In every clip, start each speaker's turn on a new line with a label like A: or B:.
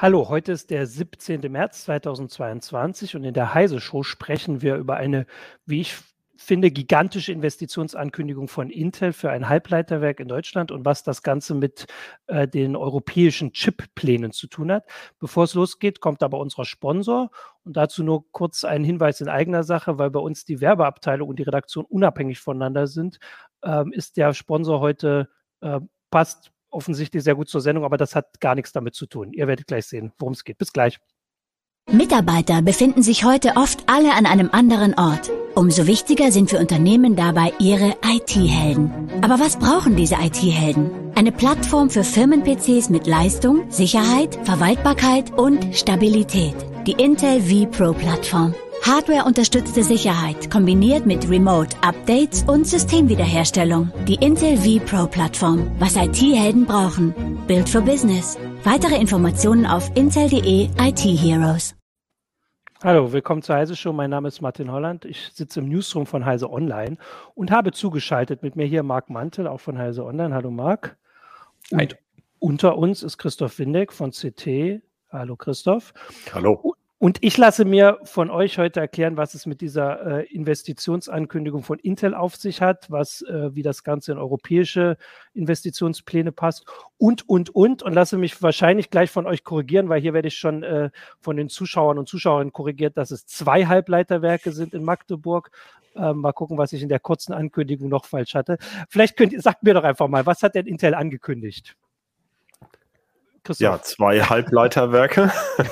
A: Hallo, heute ist der 17. März 2022 und in der Heise Show sprechen wir über eine, wie ich finde, gigantische Investitionsankündigung von Intel für ein Halbleiterwerk in Deutschland und was das Ganze mit den europäischen Chip-Plänen zu tun hat. Bevor es losgeht, kommt aber unser Sponsor und dazu nur kurz ein Hinweis in eigener Sache, weil bei uns die Werbeabteilung und die Redaktion unabhängig voneinander sind, ist der Sponsor heute passt offensichtlich sehr gut zur Sendung, aber das hat gar nichts damit zu tun. Ihr werdet gleich sehen, worum es geht. Bis gleich.
B: Mitarbeiter befinden sich heute oft alle an einem anderen Ort. Umso wichtiger sind für Unternehmen dabei ihre IT-Helden. Aber was brauchen diese IT-Helden? Eine Plattform für Firmen-PCs mit Leistung, Sicherheit, Verwaltbarkeit und Stabilität. Die Intel vPro-Plattform. Hardware-unterstützte Sicherheit kombiniert mit Remote-Updates und Systemwiederherstellung. Die Intel vPro-Plattform. Was IT-Helden brauchen. Built for Business. Weitere Informationen auf intel.de IT-Heroes.
A: Hallo, willkommen zur Heise Show. Mein Name ist Martin Holland. Ich sitze im Newsroom von Heise Online und habe zugeschaltet mit mir hier Marc Mantel, auch von Heise Online. Hallo Marc. Und unter uns ist Christoph Windeck von CT. Hallo Christoph.
C: Hallo.
A: Und ich lasse mir von euch heute erklären, was es mit dieser Investitionsankündigung von Intel auf sich hat, wie das Ganze in europäische Investitionspläne passt und lasse mich wahrscheinlich gleich von euch korrigieren, weil hier werde ich schon von den Zuschauern und Zuschauerinnen korrigiert, dass es 2 Halbleiterwerke sind in Magdeburg. Mal gucken, was ich in der kurzen Ankündigung noch falsch hatte. Vielleicht sagt mir doch einfach mal, was hat denn Intel angekündigt?
C: Christoph. Ja, 2 Halbleiterwerke.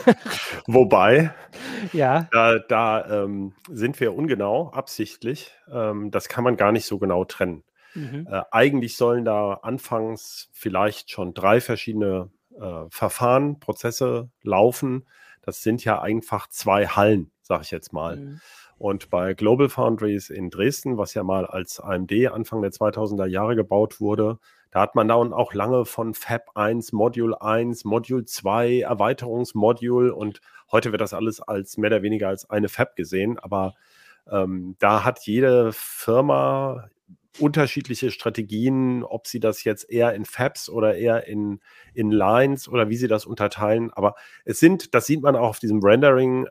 C: Wobei,
A: ja.
C: da sind wir ungenau, absichtlich. Das kann man gar nicht so genau trennen. Eigentlich sollen da anfangs vielleicht schon 3 verschiedene Verfahren, Prozesse laufen. Das sind ja einfach 2 Hallen, sage ich jetzt mal. Und bei Global Foundries in Dresden, was ja mal als AMD Anfang der 2000er Jahre gebaut wurde, da hat man dann auch lange von Fab 1, Module 1, Module 2, Erweiterungsmodule und heute wird das alles als mehr oder weniger als eine Fab gesehen. Aber da hat jede Firma unterschiedliche Strategien, ob sie das jetzt eher in Fabs oder eher in Lines oder wie sie das unterteilen. Aber das sieht man auch auf diesem Rendering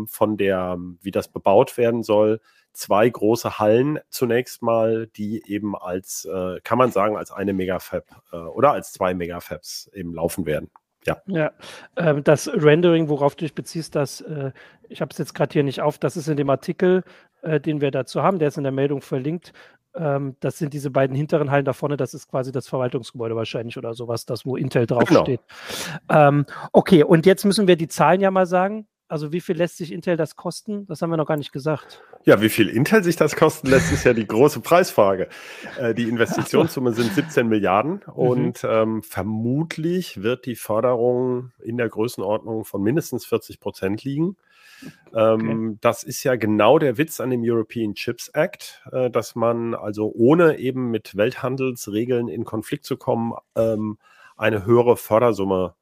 C: wie das bebaut werden soll, 2 große Hallen zunächst mal, die eben kann man sagen, als eine Megafab oder als 2 Megafabs eben laufen werden.
A: Ja, das Rendering, worauf du dich beziehst, ich habe es jetzt gerade hier nicht auf, das ist in dem Artikel, den wir dazu haben, der ist in der Meldung verlinkt. Das sind diese beiden hinteren Hallen da vorne, das ist quasi das Verwaltungsgebäude wahrscheinlich oder sowas, das wo Intel draufsteht. Genau. Okay, und jetzt müssen wir die Zahlen ja mal sagen. Also wie viel lässt sich Intel das kosten? Das haben wir noch gar nicht gesagt.
C: Ja, wie viel Intel sich das kosten lässt, ist ja die große Preisfrage. Die Investitionssumme sind 17 Milliarden und vermutlich wird die Förderung in der Größenordnung von mindestens 40% liegen. Okay. Das ist ja genau der Witz an dem European Chips Act, dass man also ohne eben mit Welthandelsregeln in Konflikt zu kommen, eine höhere Fördersumme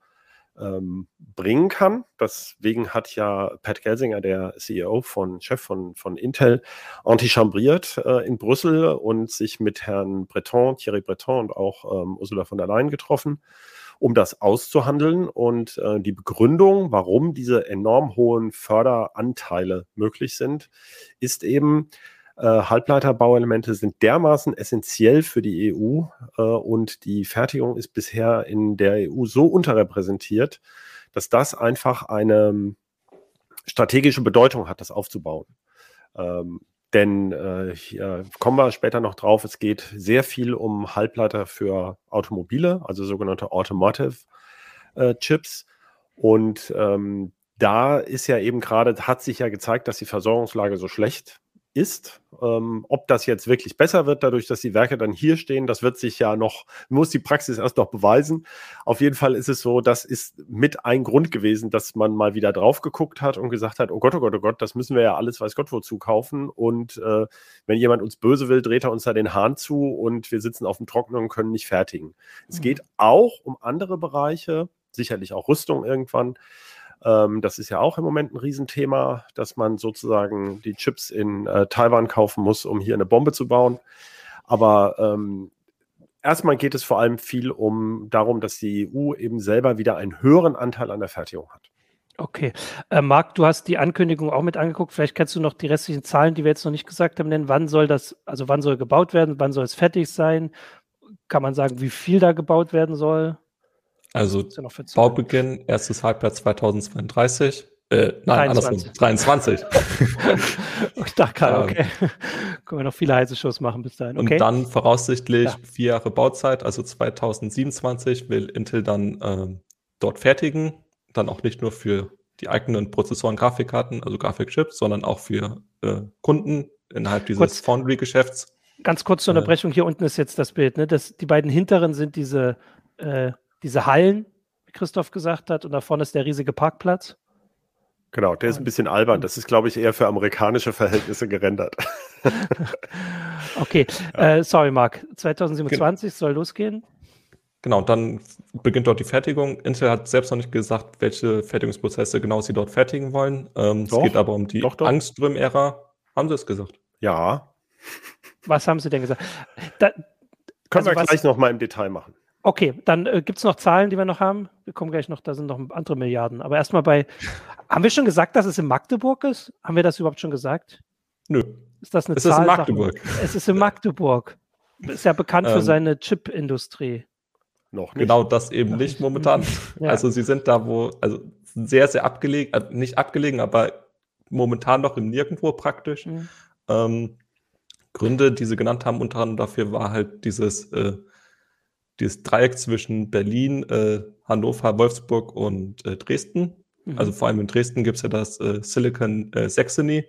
C: bringen kann. Deswegen hat ja Pat Gelsinger, der CEO Chef von Intel, antichambriert in Brüssel und sich mit Herrn Thierry Breton und auch Ursula von der Leyen getroffen, um das auszuhandeln. Und die Begründung, warum diese enorm hohen Förderanteile möglich sind, ist eben, Halbleiterbauelemente sind dermaßen essentiell für die EU und die Fertigung ist bisher in der EU so unterrepräsentiert, dass das einfach eine strategische Bedeutung hat, das aufzubauen. Denn hier kommen wir später noch drauf, es geht sehr viel um Halbleiter für Automobile, also sogenannte Automotive Chips. Und da ist ja eben hat sich ja gezeigt, dass die Versorgungslage so schlecht ist. Ob das jetzt wirklich besser wird, dadurch, dass die Werke dann hier stehen, das wird sich ja muss die Praxis erst noch beweisen. Auf jeden Fall ist es so, das ist mit ein Grund gewesen, dass man mal wieder drauf geguckt hat und gesagt hat, oh Gott, das müssen wir ja alles, weiß Gott, wozu kaufen. Und wenn jemand uns böse will, dreht er uns da den Hahn zu und wir sitzen auf dem Trockenen und können nicht fertigen. Es geht auch um andere Bereiche, sicherlich auch Rüstung irgendwann. Das ist ja auch im Moment ein Riesenthema, dass man sozusagen die Chips in Taiwan kaufen muss, um hier eine Bombe zu bauen. Aber erstmal geht es vor allem viel darum, dass die EU eben selber wieder einen höheren Anteil an der Fertigung hat.
A: Okay. Marc, du hast die Ankündigung auch mit angeguckt. Vielleicht kannst du noch die restlichen Zahlen, die wir jetzt noch nicht gesagt haben, nennen. Wann soll gebaut werden? Wann soll es fertig sein? Kann man sagen, wie viel da gebaut werden soll?
D: Also Baubeginn, erstes Halbjahr 2032. Andersrum, 23.
A: Ich dachte gerade, okay. Können wir noch viele heiße Shows machen bis dahin. Okay.
D: Und dann voraussichtlich 4 Jahre Bauzeit, also 2027 will Intel dann dort fertigen. Dann auch nicht nur für die eigenen Prozessoren, Grafikkarten, also Grafikchips, sondern auch für Kunden innerhalb dieses Foundry-Geschäfts.
A: Ganz kurz zur Unterbrechung, hier unten ist jetzt das Bild. Ne? Die beiden hinteren sind diese Hallen, wie Christoph gesagt hat, und da vorne ist der riesige Parkplatz.
C: Genau, der ist ein bisschen albern. Das ist, glaube ich, eher für amerikanische Verhältnisse gerendert.
A: Okay, sorry Marc, 2027 soll losgehen.
D: Genau, dann beginnt dort die Fertigung. Intel hat selbst noch nicht gesagt, welche Fertigungsprozesse genau sie dort fertigen wollen. Es geht aber um die Angström-Ära. Haben sie es gesagt?
C: Ja.
A: Was haben sie denn gesagt?
C: Können wir gleich noch mal im Detail machen.
A: Okay, dann gibt es noch Zahlen, die wir noch haben. Wir kommen gleich noch, da sind noch andere Milliarden. Aber erstmal haben wir schon gesagt, dass es in Magdeburg ist? Haben wir das überhaupt schon gesagt?
D: Nö.
A: Ist das eine
D: es
A: Zahl?
D: Ist in Magdeburg.
A: Es ist in Magdeburg. Ist ja bekannt für seine Chip-Industrie.
C: Noch nicht.
D: Genau das eben nicht momentan. Ja. Also sie sind da sehr, sehr abgelegen, nicht abgelegen, aber momentan noch im Nirgendwo praktisch. Gründe, die sie genannt haben, unter anderem dafür war halt dieses Dreieck zwischen Berlin, Hannover, Wolfsburg und Dresden. Also vor allem in Dresden gibt es ja das Silicon Saxony,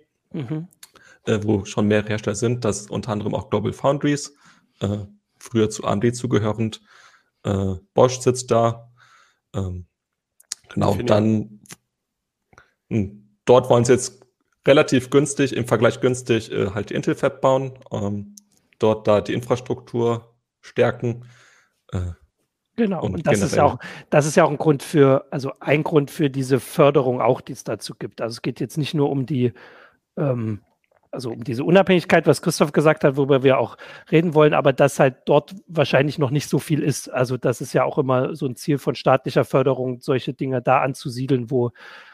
D: wo schon mehrere Hersteller sind. Das ist unter anderem auch Global Foundries, früher zu AMD zugehörend. Bosch sitzt da. Genau, dann dort wollen sie jetzt relativ günstig, im Vergleich günstig, halt die Intel-Fab bauen, dort da die Infrastruktur stärken.
A: Genau, und das ist ja auch ein Grund für diese Förderung auch, die es dazu gibt. Also es geht jetzt nicht nur um um diese Unabhängigkeit, was Christoph gesagt hat, worüber wir auch reden wollen, aber dass halt dort wahrscheinlich noch nicht so viel ist. Also das ist ja auch immer so ein Ziel von staatlicher Förderung, solche Dinge da anzusiedeln, wo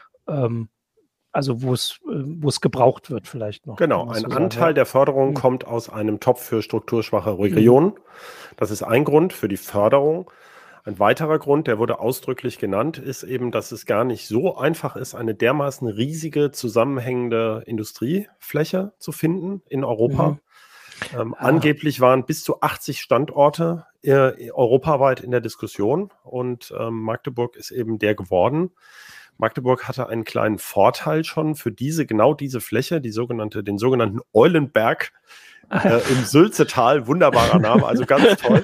A: es gebraucht wird vielleicht noch.
C: Genau, ein Anteil der Förderung kommt aus einem Topf für strukturschwache Regionen. Das ist ein Grund für die Förderung. Ein weiterer Grund, der wurde ausdrücklich genannt, ist eben, dass es gar nicht so einfach ist, eine dermaßen riesige, zusammenhängende Industriefläche zu finden in Europa. Angeblich waren bis zu 80 Standorte europaweit in der Diskussion und Magdeburg ist eben der geworden. Magdeburg hatte einen kleinen Vorteil schon für genau diese Fläche, den sogenannten Eulenberg im Sülzetal, wunderbarer Name, also ganz toll.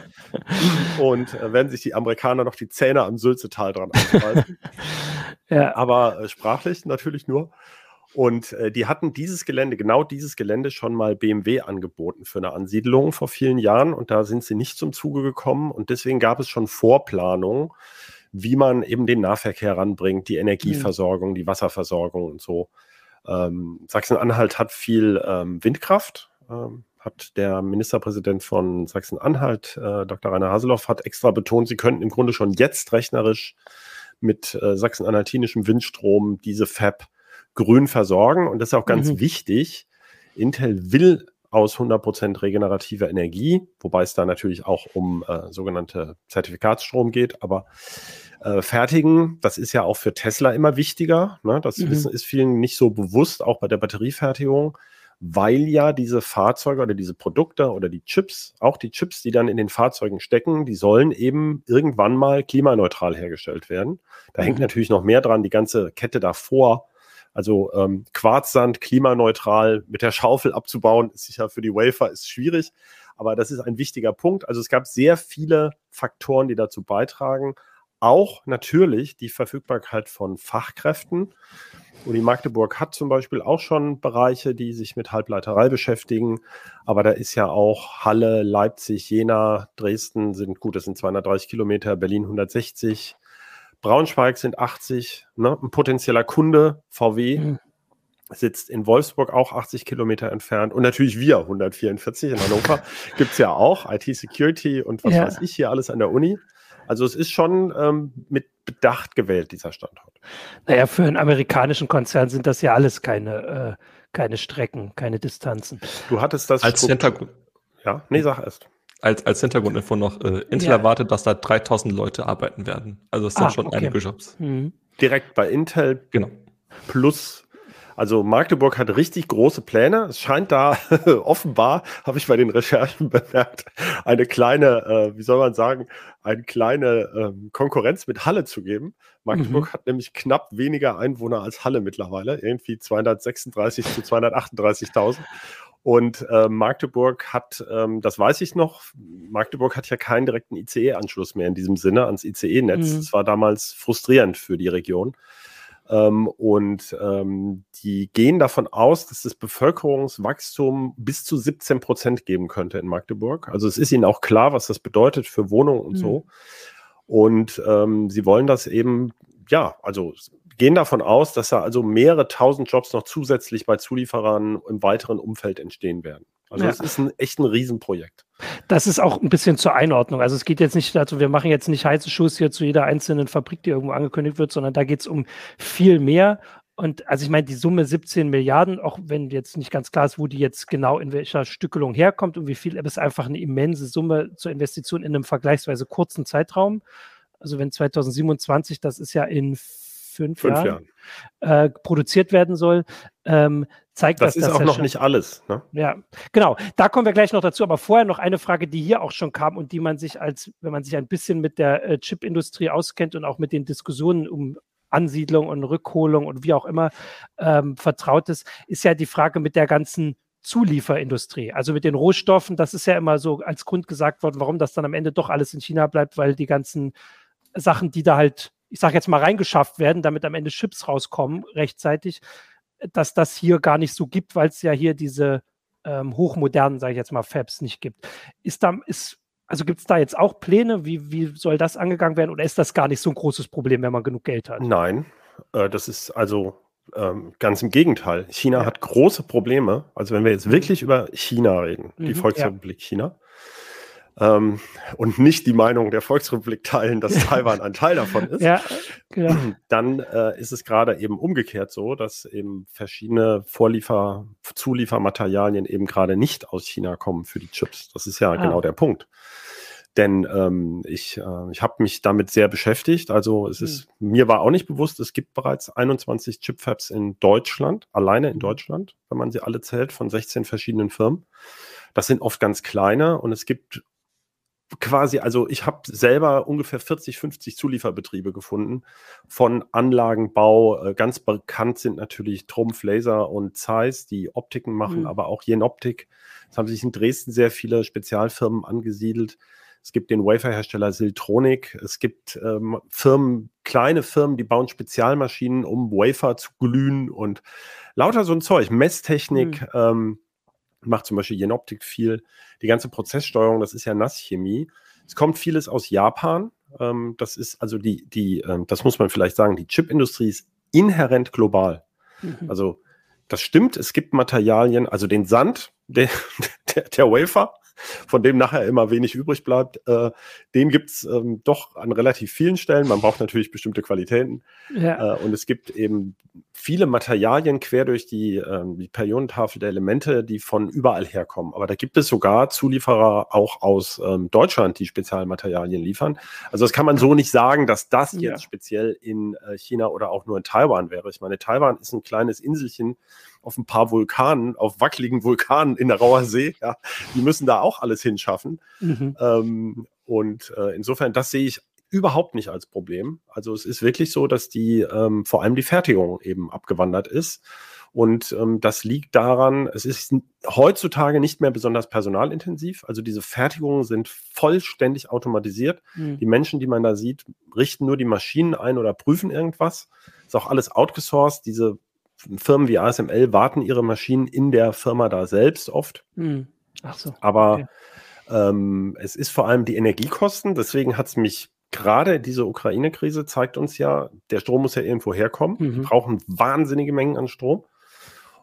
C: Und werden sich die Amerikaner noch die Zähne am Sülzetal dran ausbeißen. Ja. Aber sprachlich natürlich nur. Und die hatten genau dieses Gelände schon mal BMW angeboten für eine Ansiedlung vor vielen Jahren. Und da sind sie nicht zum Zuge gekommen. Und deswegen gab es schon Vorplanungen, wie man eben den Nahverkehr ranbringt, die Energieversorgung, die Wasserversorgung und so. Sachsen-Anhalt hat viel Windkraft, hat der Ministerpräsident von Sachsen-Anhalt, Dr. Rainer Haseloff, hat extra betont, sie könnten im Grunde schon jetzt rechnerisch mit sachsen-anhaltinischem Windstrom diese Fab grün versorgen. Und das ist auch ganz wichtig. Intel will aus 100% regenerativer Energie, wobei es da natürlich auch um sogenannte Zertifikatsstrom geht, aber fertigen, das ist ja auch für Tesla immer wichtiger. Ne? Das Wissen ist vielen nicht so bewusst, auch bei der Batteriefertigung, weil ja diese Fahrzeuge oder diese Produkte oder die Chips, auch die Chips, die dann in den Fahrzeugen stecken, die sollen eben irgendwann mal klimaneutral hergestellt werden. Da hängt natürlich noch mehr dran, die ganze Kette davor. Also Quarzsand klimaneutral mit der Schaufel abzubauen, ist sicher für die Wafer ist schwierig, aber das ist ein wichtiger Punkt. Also es gab sehr viele Faktoren, die dazu beitragen. Auch natürlich die Verfügbarkeit von Fachkräften. Uni Magdeburg hat zum Beispiel auch schon Bereiche, die sich mit Halbleiterei beschäftigen. Aber da ist ja auch Halle, Leipzig, Jena, Dresden das sind 230 Kilometer, Berlin 160, Braunschweig sind 80, ne? Ein potenzieller Kunde, VW. sitzt in Wolfsburg, auch 80 Kilometer entfernt. Und natürlich wir, 144 in Hannover, gibt es ja auch, IT-Security und was weiß ich hier alles an der Uni. Also es ist schon mit Bedacht gewählt, dieser Standort.
A: Naja, für einen amerikanischen Konzern sind das ja alles keine Strecken, keine Distanzen.
C: Du hattest das...
D: Als Hintergrund...
C: Ja, nee, sag erst.
D: Als Hintergrundinfo noch, Intel erwartet, dass da 3000 Leute arbeiten werden. Also es sind schon einige Jobs.
C: Mhm. Direkt bei Intel
D: genau.
C: Plus... Also Magdeburg hat richtig große Pläne. Es scheint da offenbar, habe ich bei den Recherchen bemerkt, eine kleine, eine kleine Konkurrenz mit Halle zu geben. Magdeburg hat nämlich knapp weniger Einwohner als Halle mittlerweile, irgendwie 236 zu 238.000. Und Magdeburg hat, das weiß ich noch, Magdeburg hat ja keinen direkten ICE-Anschluss mehr in diesem Sinne ans ICE-Netz. Das war damals frustrierend für die Region. Die gehen davon aus, dass das Bevölkerungswachstum bis zu 17% geben könnte in Magdeburg. Also es ist ihnen auch klar, was das bedeutet für Wohnungen und so. Und sie wollen das eben, also gehen davon aus, dass da also mehrere tausend Jobs noch zusätzlich bei Zulieferern im weiteren Umfeld entstehen werden. Also es ist echt ein Riesenprojekt.
A: Das ist auch ein bisschen zur Einordnung. Also es geht jetzt nicht dazu, wir machen jetzt nicht heiße Schuss hier zu jeder einzelnen Fabrik, die irgendwo angekündigt wird, sondern da geht es um viel mehr. Und also ich meine, die Summe 17 Milliarden, auch wenn jetzt nicht ganz klar ist, wo die jetzt genau in welcher Stückelung herkommt und wie viel, aber es ist einfach eine immense Summe zur Investition in einem vergleichsweise kurzen Zeitraum. Also wenn 2027, das ist ja in 5 Jahren. Produziert werden soll, zeigt
C: das ist auch noch nicht alles. Ne?
A: Ja, genau. Da kommen wir gleich noch dazu. Aber vorher noch eine Frage, die hier auch schon kam und die man sich wenn man sich ein bisschen mit der Chipindustrie auskennt und auch mit den Diskussionen um Ansiedlung und Rückholung und wie auch immer vertraut ist ja die Frage mit der ganzen Zulieferindustrie, also mit den Rohstoffen. Das ist ja immer so als Grund gesagt worden, warum das dann am Ende doch alles in China bleibt, weil die ganzen Sachen, die da halt, ich sage jetzt mal, reingeschafft werden, damit am Ende Chips rauskommen rechtzeitig, dass das hier gar nicht so gibt, weil es ja hier diese hochmodernen, sage ich jetzt mal, Fabs nicht gibt. Also gibt es da jetzt auch Pläne? Wie soll das angegangen werden? Oder ist das gar nicht so ein großes Problem, wenn man genug Geld hat?
C: Nein, das ist also ganz im Gegenteil. China hat große Probleme. Also wenn wir jetzt wirklich über China reden, die Volksrepublik China, und nicht die Meinung der Volksrepublik teilen, dass Taiwan ein Teil davon ist, dann ist es gerade eben umgekehrt so, dass eben verschiedene Zuliefermaterialien eben gerade nicht aus China kommen für die Chips. Das ist ja genau der Punkt. Denn ich habe mich damit sehr beschäftigt. Also mir war auch nicht bewusst, es gibt bereits 21 Chipfabs in Deutschland, alleine in Deutschland, wenn man sie alle zählt, von 16 verschiedenen Firmen. Das sind oft ganz kleine und es gibt quasi, also ich habe selber ungefähr 40, 50 Zulieferbetriebe gefunden von Anlagenbau. Ganz bekannt sind natürlich Trumpf, Laser und Zeiss, die Optiken machen, aber auch Jenoptik. Es haben sich in Dresden sehr viele Spezialfirmen angesiedelt. Es gibt den Waferhersteller Siltronic. Es gibt kleine Firmen, die bauen Spezialmaschinen, um Wafer zu glühen und lauter so ein Zeug. Messtechnik, macht zum Beispiel Jenoptik viel. Die ganze Prozesssteuerung, das ist ja Nasschemie. Es kommt vieles aus Japan. Das ist also das muss man vielleicht sagen, die Chipindustrie ist inhärent global. Also das stimmt, es gibt Materialien, also den Sand, der Wafer, von dem nachher immer wenig übrig bleibt, den gibt es doch an relativ vielen Stellen. Man braucht natürlich bestimmte Qualitäten. Und es gibt eben viele Materialien quer durch die Periodentafel der Elemente, die von überall herkommen. Aber da gibt es sogar Zulieferer auch aus Deutschland, die Spezialmaterialien liefern. Also das kann man so nicht sagen, dass das jetzt speziell in China oder auch nur in Taiwan wäre. Ich meine, Taiwan ist ein kleines Inselchen auf ein paar Vulkanen, auf wackeligen Vulkanen in der Rauer See. Ja, die müssen da auch alles hinschaffen. Insofern, das sehe ich überhaupt nicht als Problem. Also es ist wirklich so, dass vor allem die Fertigung eben abgewandert ist. Und das liegt daran, es ist heutzutage nicht mehr besonders personalintensiv. Also diese Fertigungen sind vollständig automatisiert. Die Menschen, die man da sieht, richten nur die Maschinen ein oder prüfen irgendwas. Ist auch alles outgesourced. Diese Firmen wie ASML warten ihre Maschinen in der Firma da selbst oft.
A: Ach so.
C: Aber es ist vor allem die Energiekosten. Deswegen hat es mich gerade diese Ukraine-Krise zeigt uns ja, der Strom muss ja irgendwo herkommen. Wir brauchen wahnsinnige Mengen an Strom.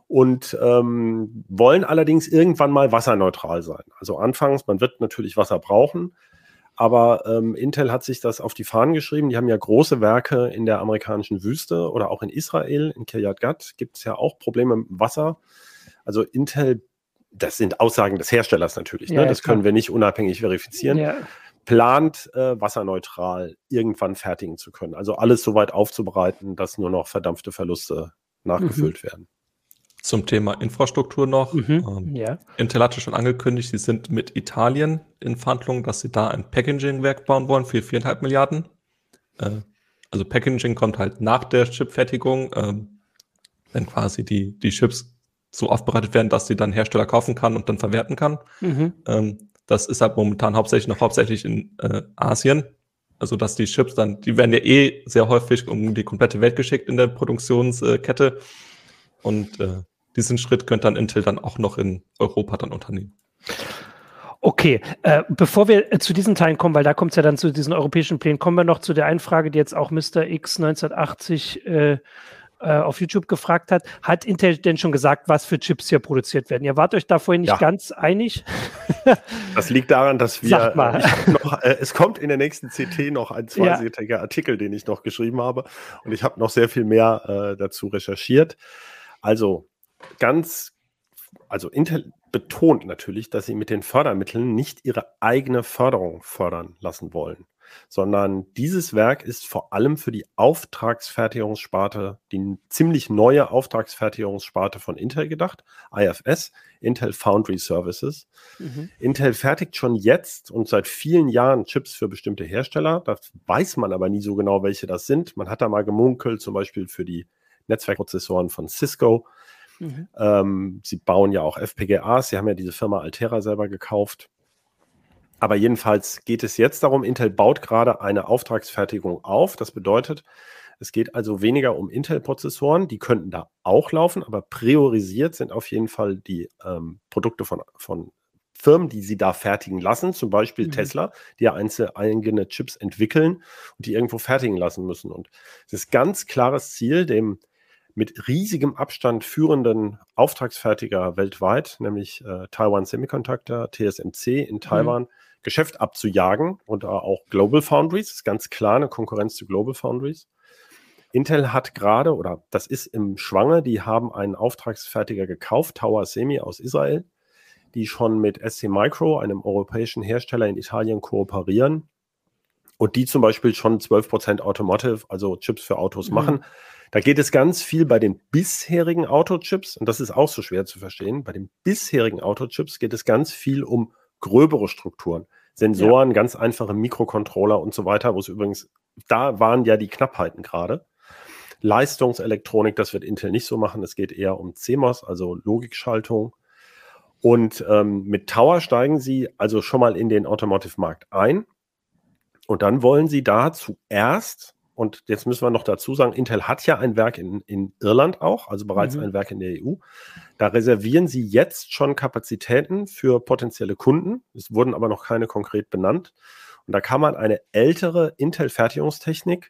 C: und wollen allerdings irgendwann mal wasserneutral sein. Also anfangs, man wird natürlich Wasser brauchen, aber Intel hat sich das auf die Fahnen geschrieben. Die haben ja große Werke in der amerikanischen Wüste oder auch in Israel, in Kiryat Gat gibt es ja auch Probleme mit dem Wasser. Also Intel, das sind Aussagen des Herstellers natürlich, ne? Das können wir nicht unabhängig verifizieren. Ja. Plant, wasserneutral irgendwann fertigen zu können. Also alles so weit aufzubereiten, dass nur noch verdampfte Verluste nachgefüllt werden.
D: Zum Thema Infrastruktur noch. Intel hatte schon angekündigt, sie sind mit Italien in Verhandlungen, dass sie da ein Packaging-Werk bauen wollen für 4,5 Milliarden. Also Packaging kommt halt nach der Chipfertigung, wenn quasi die Chips so aufbereitet werden, dass sie dann Hersteller kaufen kann und dann verwerten kann. Das ist halt momentan hauptsächlich in Asien. Also dass die Chips dann, die werden ja sehr häufig um die komplette Welt geschickt in der Produktionskette. Und diesen Schritt könnte dann Intel dann auch noch in Europa dann unternehmen.
A: Okay, bevor wir zu diesen Teilen kommen, weil da kommt es ja dann zu diesen europäischen Plänen, kommen wir noch zu der einen Frage, die jetzt auch Mr. X 1980 auf YouTube gefragt hat. Hat Intel denn schon gesagt, was für Chips hier produziert werden? Ihr wart euch da vorhin nicht ganz einig?
C: Das liegt daran, dass wir es kommt in der nächsten CT noch ein zweiseitiger Artikel, den ich noch geschrieben habe, und ich habe noch sehr viel mehr dazu recherchiert. Also Intel betont natürlich, dass sie mit den Fördermitteln nicht ihre eigene Förderung fördern lassen wollen, sondern dieses Werk ist vor allem für die Auftragsfertigungssparte, die ziemlich neue Auftragsfertigungssparte von Intel gedacht, IFS, Intel Foundry Services. Intel fertigt schon jetzt und seit vielen Jahren Chips für bestimmte Hersteller, das weiß man aber nie so genau, welche das sind. Man hat da mal gemunkelt, zum Beispiel für die Netzwerkprozessoren von Cisco. Sie bauen ja auch FPGAs, sie haben ja diese Firma Altera selber gekauft. Aber jedenfalls geht es jetzt darum, Intel baut gerade eine Auftragsfertigung auf. Das bedeutet, es geht also weniger um Intel-Prozessoren, die könnten da auch laufen, aber priorisiert sind auf jeden Fall die Produkte von Firmen, die sie da fertigen lassen, zum Beispiel Tesla, die ja eigene Chips entwickeln und die irgendwo fertigen lassen müssen. Und es ist ganz klares Ziel, dem mit riesigem Abstand führenden Auftragsfertiger weltweit, nämlich Taiwan Semiconductor, TSMC in Taiwan, Geschäft abzujagen und auch Global Foundries, das ist ganz klar eine Konkurrenz zu Global Foundries. Intel hat gerade, oder das ist im Schwange, die haben einen Auftragsfertiger gekauft, Tower Semi aus Israel, die schon mit ST Micro, einem europäischen Hersteller in Italien, kooperieren und die zum Beispiel schon 12% Automotive, also Chips für Autos machen. Da geht es ganz viel bei den bisherigen Autochips, und das ist auch so schwer zu verstehen, bei den bisherigen Autochips geht es ganz viel um gröbere Strukturen, Sensoren, ganz einfache Mikrocontroller und so weiter, wo es übrigens, da waren ja die Knappheiten gerade. Leistungselektronik, das wird Intel nicht so machen, es geht eher um CMOS, also Logikschaltung. Und mit Tower steigen sie also schon mal in den Automotive-Markt ein. Und dann wollen sie da zuerst, und jetzt müssen wir noch dazu sagen, Intel hat ja ein Werk in Irland auch, also bereits ein Werk in der EU. Da reservieren sie jetzt schon Kapazitäten für potenzielle Kunden. Es wurden aber noch keine konkret benannt. Und da kann man eine ältere Intel-Fertigungstechnik,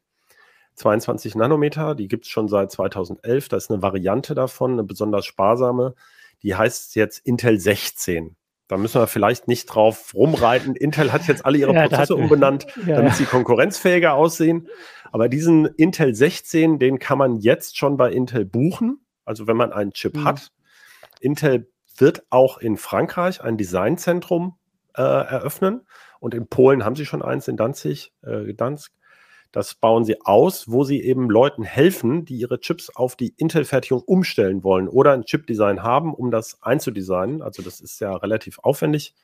C: 22 Nanometer, die gibt es schon seit 2011, da ist eine Variante davon, eine besonders sparsame, die heißt jetzt Intel 16. Da müssen wir vielleicht nicht drauf rumreiten. Intel hat jetzt alle ihre Prozesse umbenannt, damit sie konkurrenzfähiger aussehen. Aber diesen Intel 16, den kann man jetzt schon bei Intel buchen. Also wenn man einen Chip hat. Intel wird auch in Frankreich ein Designzentrum eröffnen. Und in Polen haben sie schon eins in Danzig, Gdansk. Das bauen sie aus, wo sie eben Leuten helfen, die ihre Chips auf die Intel-Fertigung umstellen wollen oder ein Chip-Design haben, um das einzudesignen. Also das ist ja relativ aufwendig.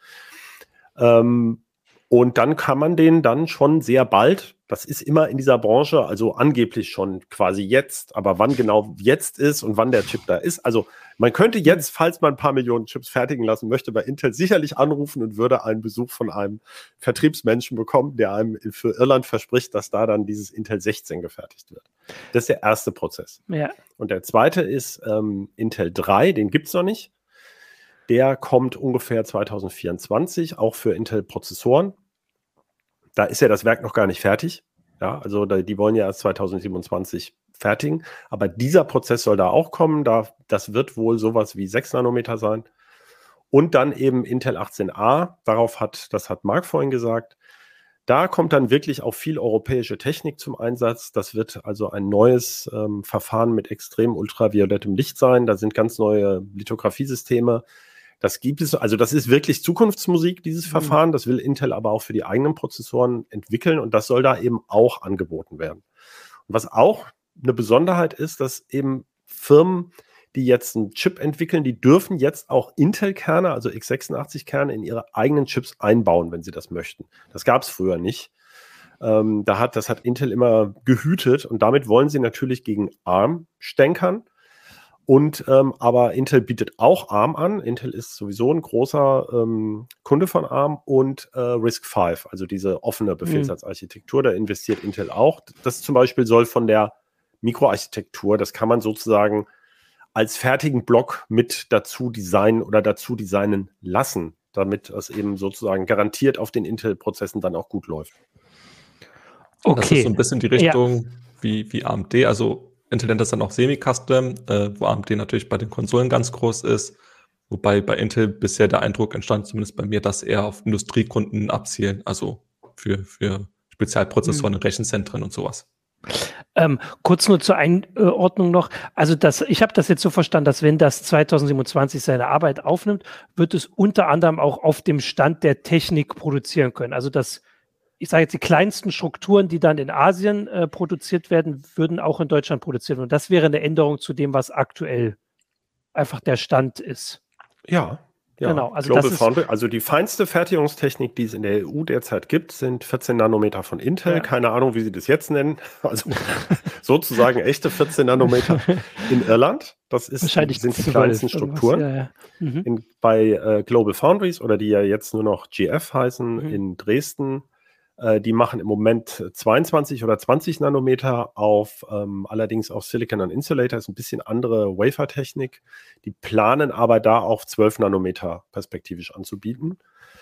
C: Und dann kann man den dann schon sehr bald, das ist immer in dieser Branche, also angeblich schon quasi jetzt, aber wann genau jetzt ist und wann der Chip da ist. Also man könnte jetzt, falls man ein paar Millionen Chips fertigen lassen möchte, bei Intel sicherlich anrufen und würde einen Besuch von einem Vertriebsmenschen bekommen, der einem für Irland verspricht, dass da dann dieses Intel 16 gefertigt wird. Das ist der erste Prozess. Ja. Und der zweite ist Intel 3, den gibt es noch nicht. Der kommt ungefähr 2024, auch für Intel-Prozessoren. Da ist ja das Werk noch gar nicht fertig. Ja, also die wollen ja erst 2027 fertigen. Aber dieser Prozess soll da auch kommen. Das wird wohl sowas wie 6 Nanometer sein. Und dann eben Intel 18A. Das hat Marc vorhin gesagt. Da kommt dann wirklich auch viel europäische Technik zum Einsatz. Das wird also ein neues Verfahren mit extrem ultraviolettem Licht sein. Da sind ganz neue Lithografiesysteme. Das gibt es, also das ist wirklich Zukunftsmusik, dieses Verfahren. Das will Intel aber auch für die eigenen Prozessoren entwickeln und das soll da eben auch angeboten werden. Und was auch eine Besonderheit ist, dass eben Firmen, die jetzt einen Chip entwickeln, die dürfen jetzt auch Intel-Kerne, also x86-Kerne, in ihre eigenen Chips einbauen, wenn sie das möchten. Das gab es früher nicht. Das hat Intel immer gehütet und damit wollen sie natürlich gegen ARM stänkern. Aber Intel bietet auch ARM an. Intel ist sowieso ein großer Kunde von ARM und RISC-V, also diese offene Befehlssatzarchitektur, da investiert Intel auch. Das zum Beispiel soll von der Mikroarchitektur, das kann man sozusagen als fertigen Block mit dazu designen oder dazu designen lassen, damit es eben sozusagen garantiert auf den Intel-Prozessen dann auch gut läuft.
D: Okay. Das ist so ein bisschen die Richtung wie AMD, also Intel nennt das dann auch Semi-Custom, wo AMD natürlich bei den Konsolen ganz groß ist, wobei bei Intel bisher der Eindruck entstand, zumindest bei mir, dass eher auf Industriekunden abzielen, also für Spezialprozessoren in Rechenzentren und sowas.
A: Kurz nur zur Einordnung noch. Also ich habe das jetzt so verstanden, dass wenn das 2027 seine Arbeit aufnimmt, wird es unter anderem auch auf dem Stand der Technik produzieren können. Also ich sage jetzt, die kleinsten Strukturen, die dann in Asien produziert werden, würden auch in Deutschland produziert werden. Und das wäre eine Änderung zu dem, was aktuell einfach der Stand ist.
C: Ja.
A: Genau. Also,
C: also die feinste Fertigungstechnik, die es in der EU derzeit gibt, sind 14 Nanometer von Intel. Ja. Keine Ahnung, wie sie das jetzt nennen. Also sozusagen echte 14 Nanometer in Irland. Das sind die kleinsten Strukturen. Ja. Bei Global Foundries oder die ja jetzt nur noch GF heißen, in Dresden. Die machen im Moment 22 oder 20 Nanometer allerdings auf Silicon on Insulator, ist ein bisschen andere Wafer-Technik. Die planen aber da auch 12 Nanometer perspektivisch anzubieten.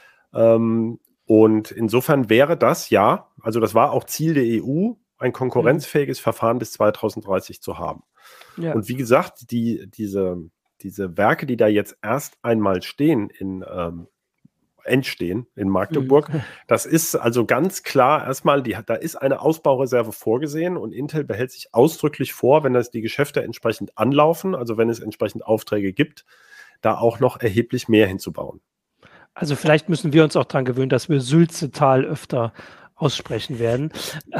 C: Und insofern wäre das, also das war auch Ziel der EU, ein konkurrenzfähiges Verfahren bis 2030 zu haben. Ja. Und wie gesagt, diese Werke, die da jetzt erst einmal entstehen in Magdeburg. Das ist also ganz klar erstmal, da ist eine Ausbaureserve vorgesehen und Intel behält sich ausdrücklich vor, wenn die Geschäfte entsprechend anlaufen, also wenn es entsprechend Aufträge gibt, da auch noch erheblich mehr hinzubauen.
A: Also vielleicht müssen wir uns auch daran gewöhnen, dass wir Sülzetal öfter aussprechen werden.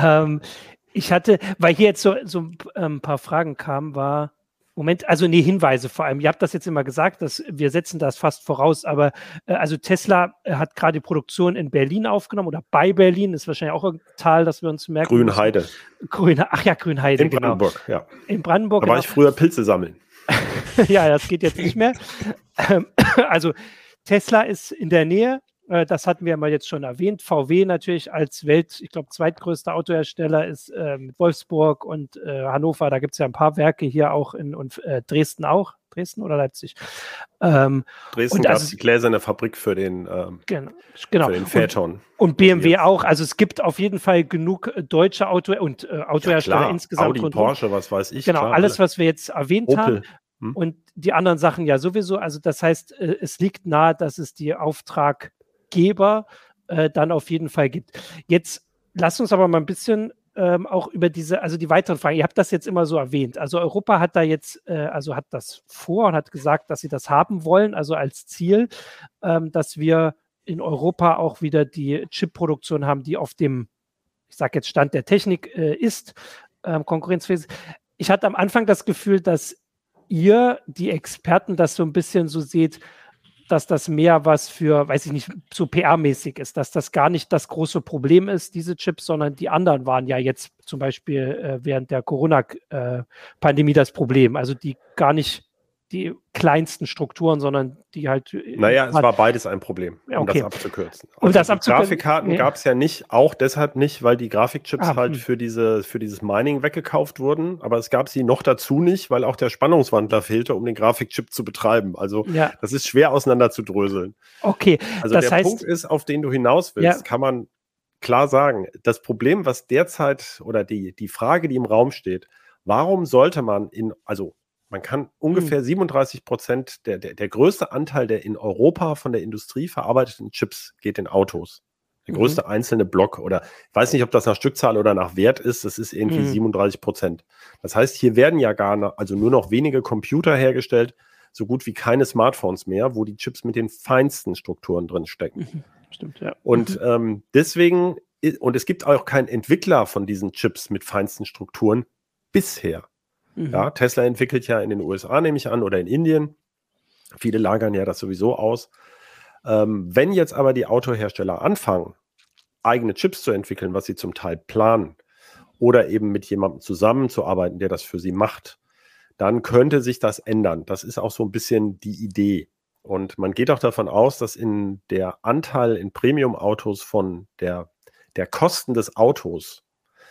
A: Weil hier jetzt so ein paar Fragen kamen, Hinweise vor allem. Ihr habt das jetzt immer gesagt, dass wir setzen das fast voraus, aber also Tesla hat gerade die Produktion in Berlin aufgenommen oder bei Berlin, ist wahrscheinlich auch ein Tal, das wir uns merken.
C: Grünheide.
A: Grünheide,
C: in Brandenburg,
A: genau. In Brandenburg.
C: Da war ich früher Pilze sammeln.
A: Ja, das geht jetzt nicht mehr. Also Tesla ist in der Nähe. Das hatten wir mal jetzt schon erwähnt. VW natürlich als zweitgrößter Autohersteller ist mit Wolfsburg und Hannover. Da gibt es ja ein paar Werke hier auch und Dresden auch. Dresden oder Leipzig?
C: Dresden gab es die gläserne Fabrik für den Phaeton.
A: Und BMW auch. Also es gibt auf jeden Fall genug deutsche Autohersteller insgesamt.
C: Audi, Porsche, was weiß ich.
A: Genau, alles, was wir jetzt erwähnt haben. Und die anderen Sachen ja sowieso. Also das heißt, es liegt nahe, dass es die Auftraggeber dann auf jeden Fall gibt. Jetzt lasst uns aber mal ein bisschen auch über die weiteren Fragen. Ihr habt das jetzt immer so erwähnt. Also Europa hat da jetzt, hat das vor und hat gesagt, dass sie das haben wollen, also als Ziel, dass wir in Europa auch wieder die Chip-Produktion haben, die auf dem, ich sage jetzt Stand der Technik ist, konkurrenzfähig. Ich hatte am Anfang das Gefühl, dass ihr, die Experten, das so ein bisschen so seht, dass das mehr was für, weiß ich nicht, so PR-mäßig ist, dass das gar nicht das große Problem ist, diese Chips, sondern die anderen waren ja jetzt zum Beispiel während der Corona-Pandemie das Problem. Also die gar nicht die kleinsten Strukturen, sondern die halt...
C: Naja, es war beides ein Problem, um das abzukürzen. Also die Grafikkarten gab es ja nicht, auch deshalb nicht, weil die Grafikchips für dieses Mining weggekauft wurden, aber es gab sie noch dazu nicht, weil auch der Spannungswandler fehlte, um den Grafikchip zu betreiben. Also das ist schwer auseinander zu dröseln.
A: Okay.
C: Also der Punkt ist, auf den du hinaus willst, kann man klar sagen, das Problem, was derzeit oder die Frage, die im Raum steht, warum sollte man man kann ungefähr 37%, der größte Anteil der in Europa von der Industrie verarbeiteten Chips geht in Autos. Der größte einzelne Block oder ich weiß nicht, ob das nach Stückzahl oder nach Wert ist, das ist irgendwie 37%. Das heißt, hier werden ja nur noch wenige Computer hergestellt, so gut wie keine Smartphones mehr, wo die Chips mit den feinsten Strukturen drin stecken.
A: Stimmt, ja.
C: Und deswegen, und es gibt auch keinen Entwickler von diesen Chips mit feinsten Strukturen bisher. Ja, Tesla entwickelt ja in den USA, nehme ich an, oder in Indien. Viele lagern ja das sowieso aus. Wenn jetzt aber die Autohersteller anfangen, eigene Chips zu entwickeln, was sie zum Teil planen, oder eben mit jemandem zusammenzuarbeiten, der das für sie macht, dann könnte sich das ändern. Das ist auch so ein bisschen die Idee. Und man geht auch davon aus, dass in der Anteil in Premium-Autos von der Kosten des Autos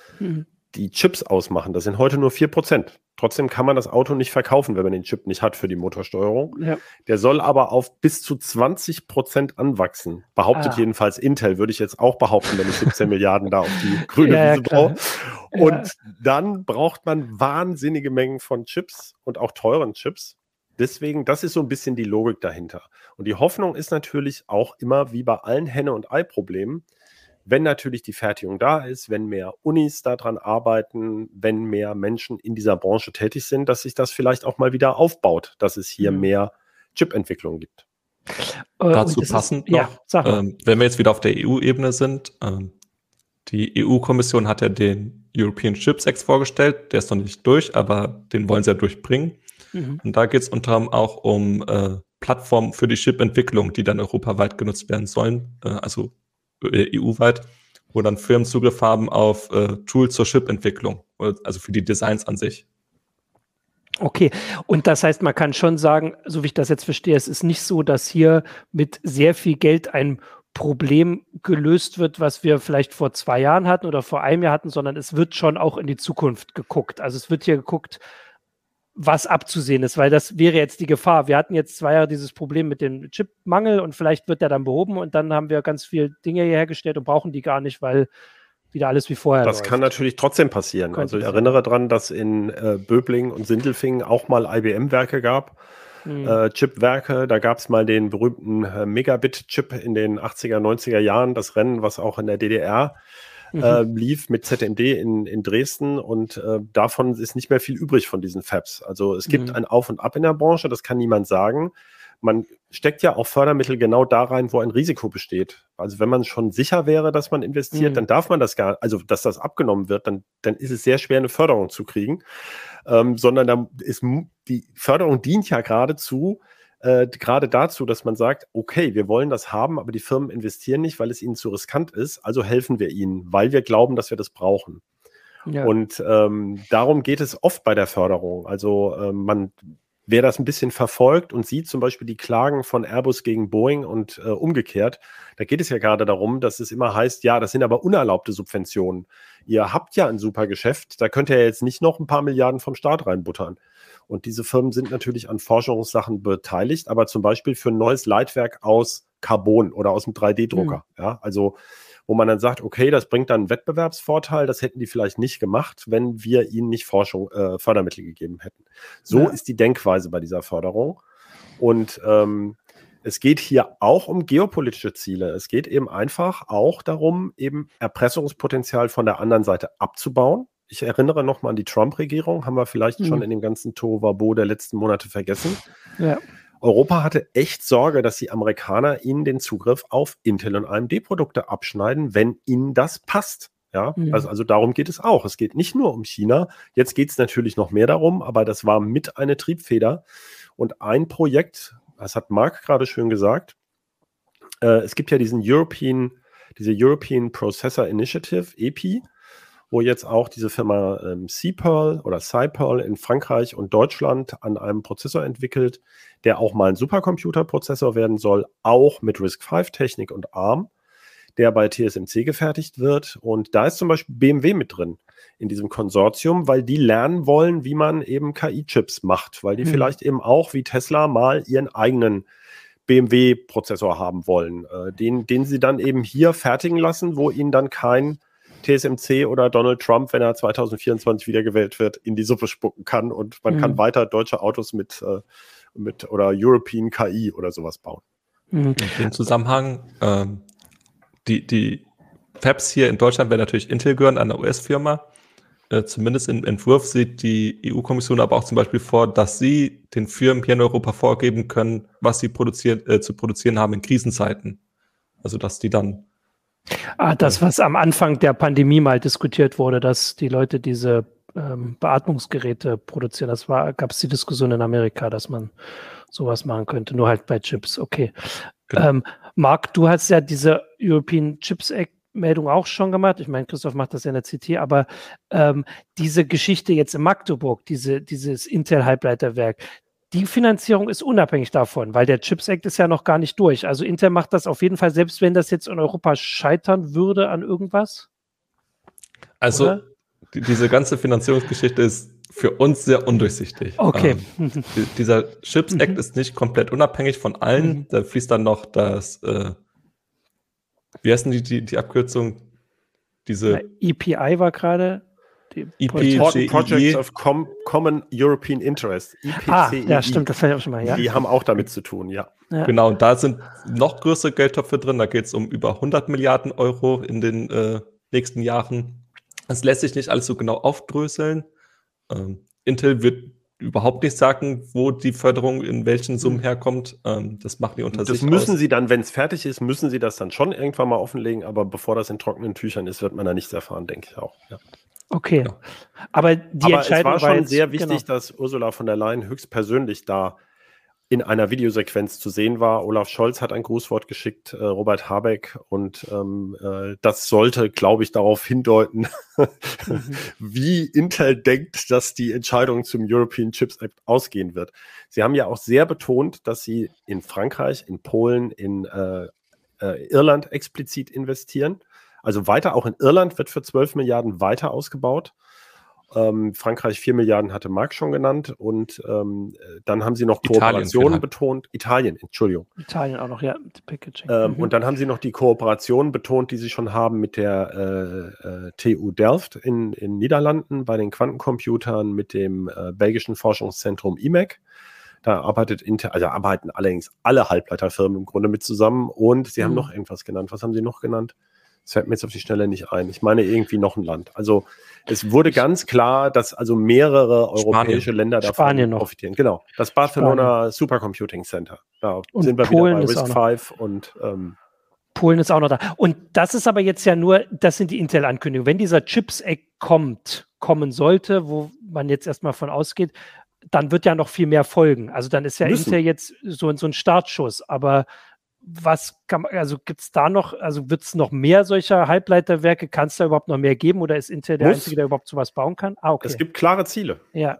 C: die Chips ausmachen. Das sind heute nur 4%. Trotzdem kann man das Auto nicht verkaufen, wenn man den Chip nicht hat für die Motorsteuerung. Ja. Der soll aber auf bis zu 20% anwachsen. Behauptet jedenfalls Intel, würde ich jetzt auch behaupten, wenn ich 17 Milliarden da auf die grüne Wiese brauche. Und dann braucht man wahnsinnige Mengen von Chips und auch teuren Chips. Deswegen, das ist so ein bisschen die Logik dahinter. Und die Hoffnung ist natürlich auch immer, wie bei allen Henne- und Ei-Problemen, wenn natürlich die Fertigung da ist, wenn mehr Unis daran arbeiten, wenn mehr Menschen in dieser Branche tätig sind, dass sich das vielleicht auch mal wieder aufbaut, dass es hier mehr Chip-Entwicklung gibt.
D: Dazu passend noch, wenn wir jetzt wieder auf der EU-Ebene sind, die EU-Kommission hat ja den European Chips Act vorgestellt, der ist noch nicht durch, aber den wollen sie ja durchbringen. Und da geht es unter anderem auch um Plattformen für die Chip-Entwicklung, die dann europaweit genutzt werden sollen, also EU-weit, wo dann Firmen Zugriff haben auf Tools zur Chip-Entwicklung, also für die Designs an sich.
A: Okay, und das heißt, man kann schon sagen, so wie ich das jetzt verstehe, es ist nicht so, dass hier mit sehr viel Geld ein Problem gelöst wird, was wir vielleicht vor 2 Jahren hatten oder vor einem Jahr hatten, sondern es wird schon auch in die Zukunft geguckt. Also es wird hier geguckt, was abzusehen ist, weil das wäre jetzt die Gefahr. Wir hatten jetzt 2 Jahre dieses Problem mit dem Chipmangel und vielleicht wird der dann behoben und dann haben wir ganz viele Dinge hier hergestellt und brauchen die gar nicht, weil wieder alles wie vorher
C: läuft. Das kann natürlich trotzdem passieren. Also ich erinnere daran, dass in Böblingen und Sindelfingen auch mal IBM-Werke gab, Chipwerke. Da gab es mal den berühmten Megabit-Chip in den 80er, 90er Jahren, das Rennen, was auch in der DDR lief mit ZMD in Dresden und davon ist nicht mehr viel übrig von diesen Fabs. Also es gibt ein Auf und Ab in der Branche, das kann niemand sagen. Man steckt ja auch Fördermittel genau da rein, wo ein Risiko besteht. Also wenn man schon sicher wäre, dass man investiert, dann darf man das also dass das abgenommen wird, dann ist es sehr schwer, eine Förderung zu kriegen. Sondern da ist die Förderung dient ja gerade dazu, dass man sagt, okay, wir wollen das haben, aber die Firmen investieren nicht, weil es ihnen zu riskant ist, also helfen wir ihnen, weil wir glauben, dass wir das brauchen. Ja. Und darum geht es oft bei der Förderung. Also wer das ein bisschen verfolgt und sieht zum Beispiel die Klagen von Airbus gegen Boeing und umgekehrt, da geht es ja gerade darum, dass es immer heißt, ja, das sind aber unerlaubte Subventionen. Ihr habt ja ein super Geschäft, da könnt ihr jetzt nicht noch ein paar Milliarden vom Staat reinbuttern. Und diese Firmen sind natürlich an Forschungssachen beteiligt, aber zum Beispiel für ein neues Leitwerk aus Carbon oder aus einem 3D-Drucker. Ja, also wo man dann sagt, okay, das bringt dann einen Wettbewerbsvorteil, das hätten die vielleicht nicht gemacht, wenn wir ihnen nicht Fördermittel gegeben hätten. So ist die Denkweise bei dieser Förderung. Und es geht hier auch um geopolitische Ziele. Es geht eben einfach auch darum, eben Erpressungspotenzial von der anderen Seite abzubauen. Ich erinnere nochmal an die Trump-Regierung, haben wir vielleicht schon in dem ganzen Tohuwabohu der letzten Monate vergessen. Ja. Europa hatte echt Sorge, dass die Amerikaner ihnen den Zugriff auf Intel- und AMD-Produkte abschneiden, wenn ihnen das passt. Ja, also darum geht es auch. Es geht nicht nur um China. Jetzt geht es natürlich noch mehr darum, aber das war mit eine Triebfeder. Und ein Projekt, das hat Marc gerade schön gesagt, es gibt ja diese European Processor Initiative, EPI, wo jetzt auch diese Firma Cyperl in Frankreich und Deutschland an einem Prozessor entwickelt, der auch mal ein Supercomputerprozessor werden soll, auch mit RISC-V-Technik und ARM, der bei TSMC gefertigt wird. Und da ist zum Beispiel BMW mit drin in diesem Konsortium, weil die lernen wollen, wie man eben KI-Chips macht, weil die vielleicht eben auch wie Tesla mal ihren eigenen BMW-Prozessor haben wollen, den sie dann eben hier fertigen lassen, wo ihnen dann kein TSMC oder Donald Trump, wenn er 2024 wiedergewählt wird, in die Suppe spucken kann und man kann weiter deutsche Autos mit oder European KI oder sowas bauen.
D: In dem Zusammenhang, die Fabs hier in Deutschland werden natürlich Intel gehören, einer US-Firma. Zumindest im Entwurf sieht die EU-Kommission aber auch zum Beispiel vor, dass sie den Firmen hier in Europa vorgeben können, was sie zu produzieren haben in Krisenzeiten. Also dass die dann
A: das, was am Anfang der Pandemie mal diskutiert wurde, dass die Leute diese Beatmungsgeräte produzieren. Gab es die Diskussion in Amerika, dass man sowas machen könnte, nur halt bei Chips. Okay. Genau. Marc, du hast ja diese European Chips Act Meldung auch schon gemacht. Ich meine, Christoph macht das ja in der CT, aber diese Geschichte jetzt in Magdeburg, dieses Intel-Halbleiterwerk, die Finanzierung ist unabhängig davon, weil der Chips Act ist ja noch gar nicht durch. Also Intel macht das auf jeden Fall, selbst wenn das jetzt in Europa scheitern würde an irgendwas?
D: Also diese ganze Finanzierungsgeschichte ist für uns sehr undurchsichtig.
A: Okay.
D: Dieser Chips Act ist nicht komplett unabhängig von allen. Da fließt dann noch das wie heißen die Abkürzung? Diese
A: EPI war gerade
C: Projects of Common European Interest. IPCEI.
A: Ja, stimmt, das fand ich auch schon mal, ja.
C: Die haben auch damit zu tun, ja.
D: Genau, und da sind noch größere Geldtöpfe drin. Da geht es um über 100 Milliarden Euro in den nächsten Jahren. Das lässt sich nicht alles so genau aufdröseln. Intel wird überhaupt nicht sagen, wo die Förderung in welchen Summen herkommt. Das machen die unter sich aus.
C: Das müssen sie dann, wenn es fertig ist, müssen sie das dann schon irgendwann mal offenlegen, aber bevor das in trockenen Tüchern ist, wird man da nichts erfahren, denke ich auch. Ja.
A: Okay. Genau. Aber Entscheidung
C: es war schon sehr wichtig, dass Ursula von der Leyen höchstpersönlich da in einer Videosequenz zu sehen war. Olaf Scholz hat ein Grußwort geschickt, Robert Habeck, und das sollte, glaube ich, darauf hindeuten, wie Intel denkt, dass die Entscheidung zum European Chips Act ausgehen wird. Sie haben ja auch sehr betont, dass sie in Frankreich, in Polen, in Irland explizit investieren. Also weiter, auch in Irland wird für 12 Milliarden weiter ausgebaut. Frankreich 4 Milliarden hatte Marc schon genannt, und dann haben sie noch Kooperationen betont. Italien auch noch, ja. Packaging. Und dann haben sie noch die Kooperationen betont, die sie schon haben mit der TU Delft in Niederlanden bei den Quantencomputern, mit dem belgischen Forschungszentrum IMEC. Da arbeitet Intel, also arbeiten allerdings alle Halbleiterfirmen im Grunde mit zusammen, und sie haben noch irgendwas genannt. Was haben sie noch genannt? Das fällt mir jetzt auf die Schnelle nicht ein. Ich meine irgendwie noch ein Land. Also es wurde ganz klar, dass also mehrere europäische Länder davon profitieren. Genau, das Barcelona Supercomputing Center. Da sind wir
A: Polen
C: wieder bei RISC-V und
A: Polen ist auch noch da. Und das ist aber jetzt ja nur, das sind die Intel-Ankündigungen. Wenn dieser Chips Act kommen sollte, wo man jetzt erstmal von ausgeht, dann wird ja noch viel mehr folgen. Also dann ist ja Intel jetzt so ein Startschuss. Aber gibt es da noch, also wird es noch mehr solcher Halbleiterwerke? Kann es da überhaupt noch mehr geben, oder ist Intel der Einzige, der überhaupt sowas bauen kann? Okay.
C: Es gibt klare Ziele.
A: Ja.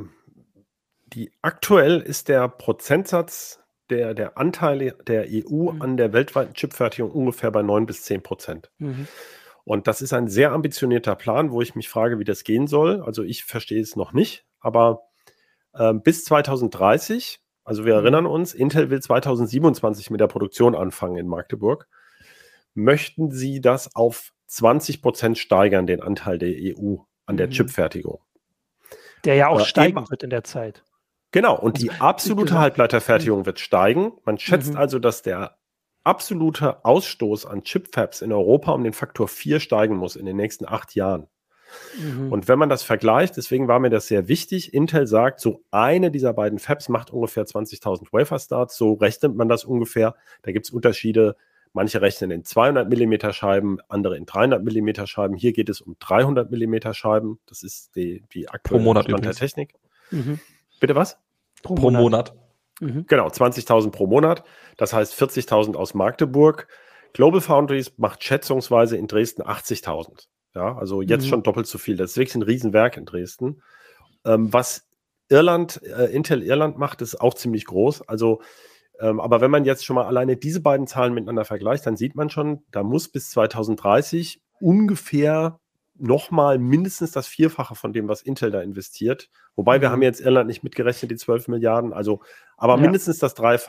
C: Aktuell ist der Prozentsatz, der Anteil der EU an der weltweiten Chipfertigung ungefähr bei 9-10%. Und das ist ein sehr ambitionierter Plan, wo ich mich frage, wie das gehen soll. Also ich verstehe es noch nicht, aber bis 2030, also wir erinnern uns, Intel will 2027 mit der Produktion anfangen in Magdeburg, möchten sie das auf 20% steigern, den Anteil der EU an der Chipfertigung.
A: Der ja auch steigen wird in der Zeit.
C: Genau, und die absolute Halbleiterfertigung wird steigen. Man schätzt also, dass der absolute Ausstoß an Chipfabs in Europa um den Faktor 4 steigen muss in den nächsten 8 Jahren. Und wenn man das vergleicht, deswegen war mir das sehr wichtig, Intel sagt, so eine dieser beiden Fabs macht ungefähr 20.000 Wafer-Starts, so rechnet man das ungefähr. Da gibt es Unterschiede, manche rechnen in 200 mm Scheiben, andere in 300 mm Scheiben. Hier geht es um 300 mm Scheiben, das ist die aktuelle Stand der Technik. Bitte was?
D: Pro Monat.
C: Genau, 20.000 pro Monat, das heißt 40.000 aus Magdeburg. GlobalFoundries macht schätzungsweise in Dresden 80.000. Ja, also jetzt schon doppelt so viel. Das ist wirklich ein Riesenwerk in Dresden. Was Intel Irland macht, ist auch ziemlich groß. Also, aber wenn man jetzt schon mal alleine diese beiden Zahlen miteinander vergleicht, dann sieht man schon, da muss bis 2030 ungefähr nochmal mindestens das Vierfache von dem, was Intel da investiert. Wobei wir haben jetzt Irland nicht mitgerechnet, die 12 Milliarden, also, aber mindestens das Dreifache.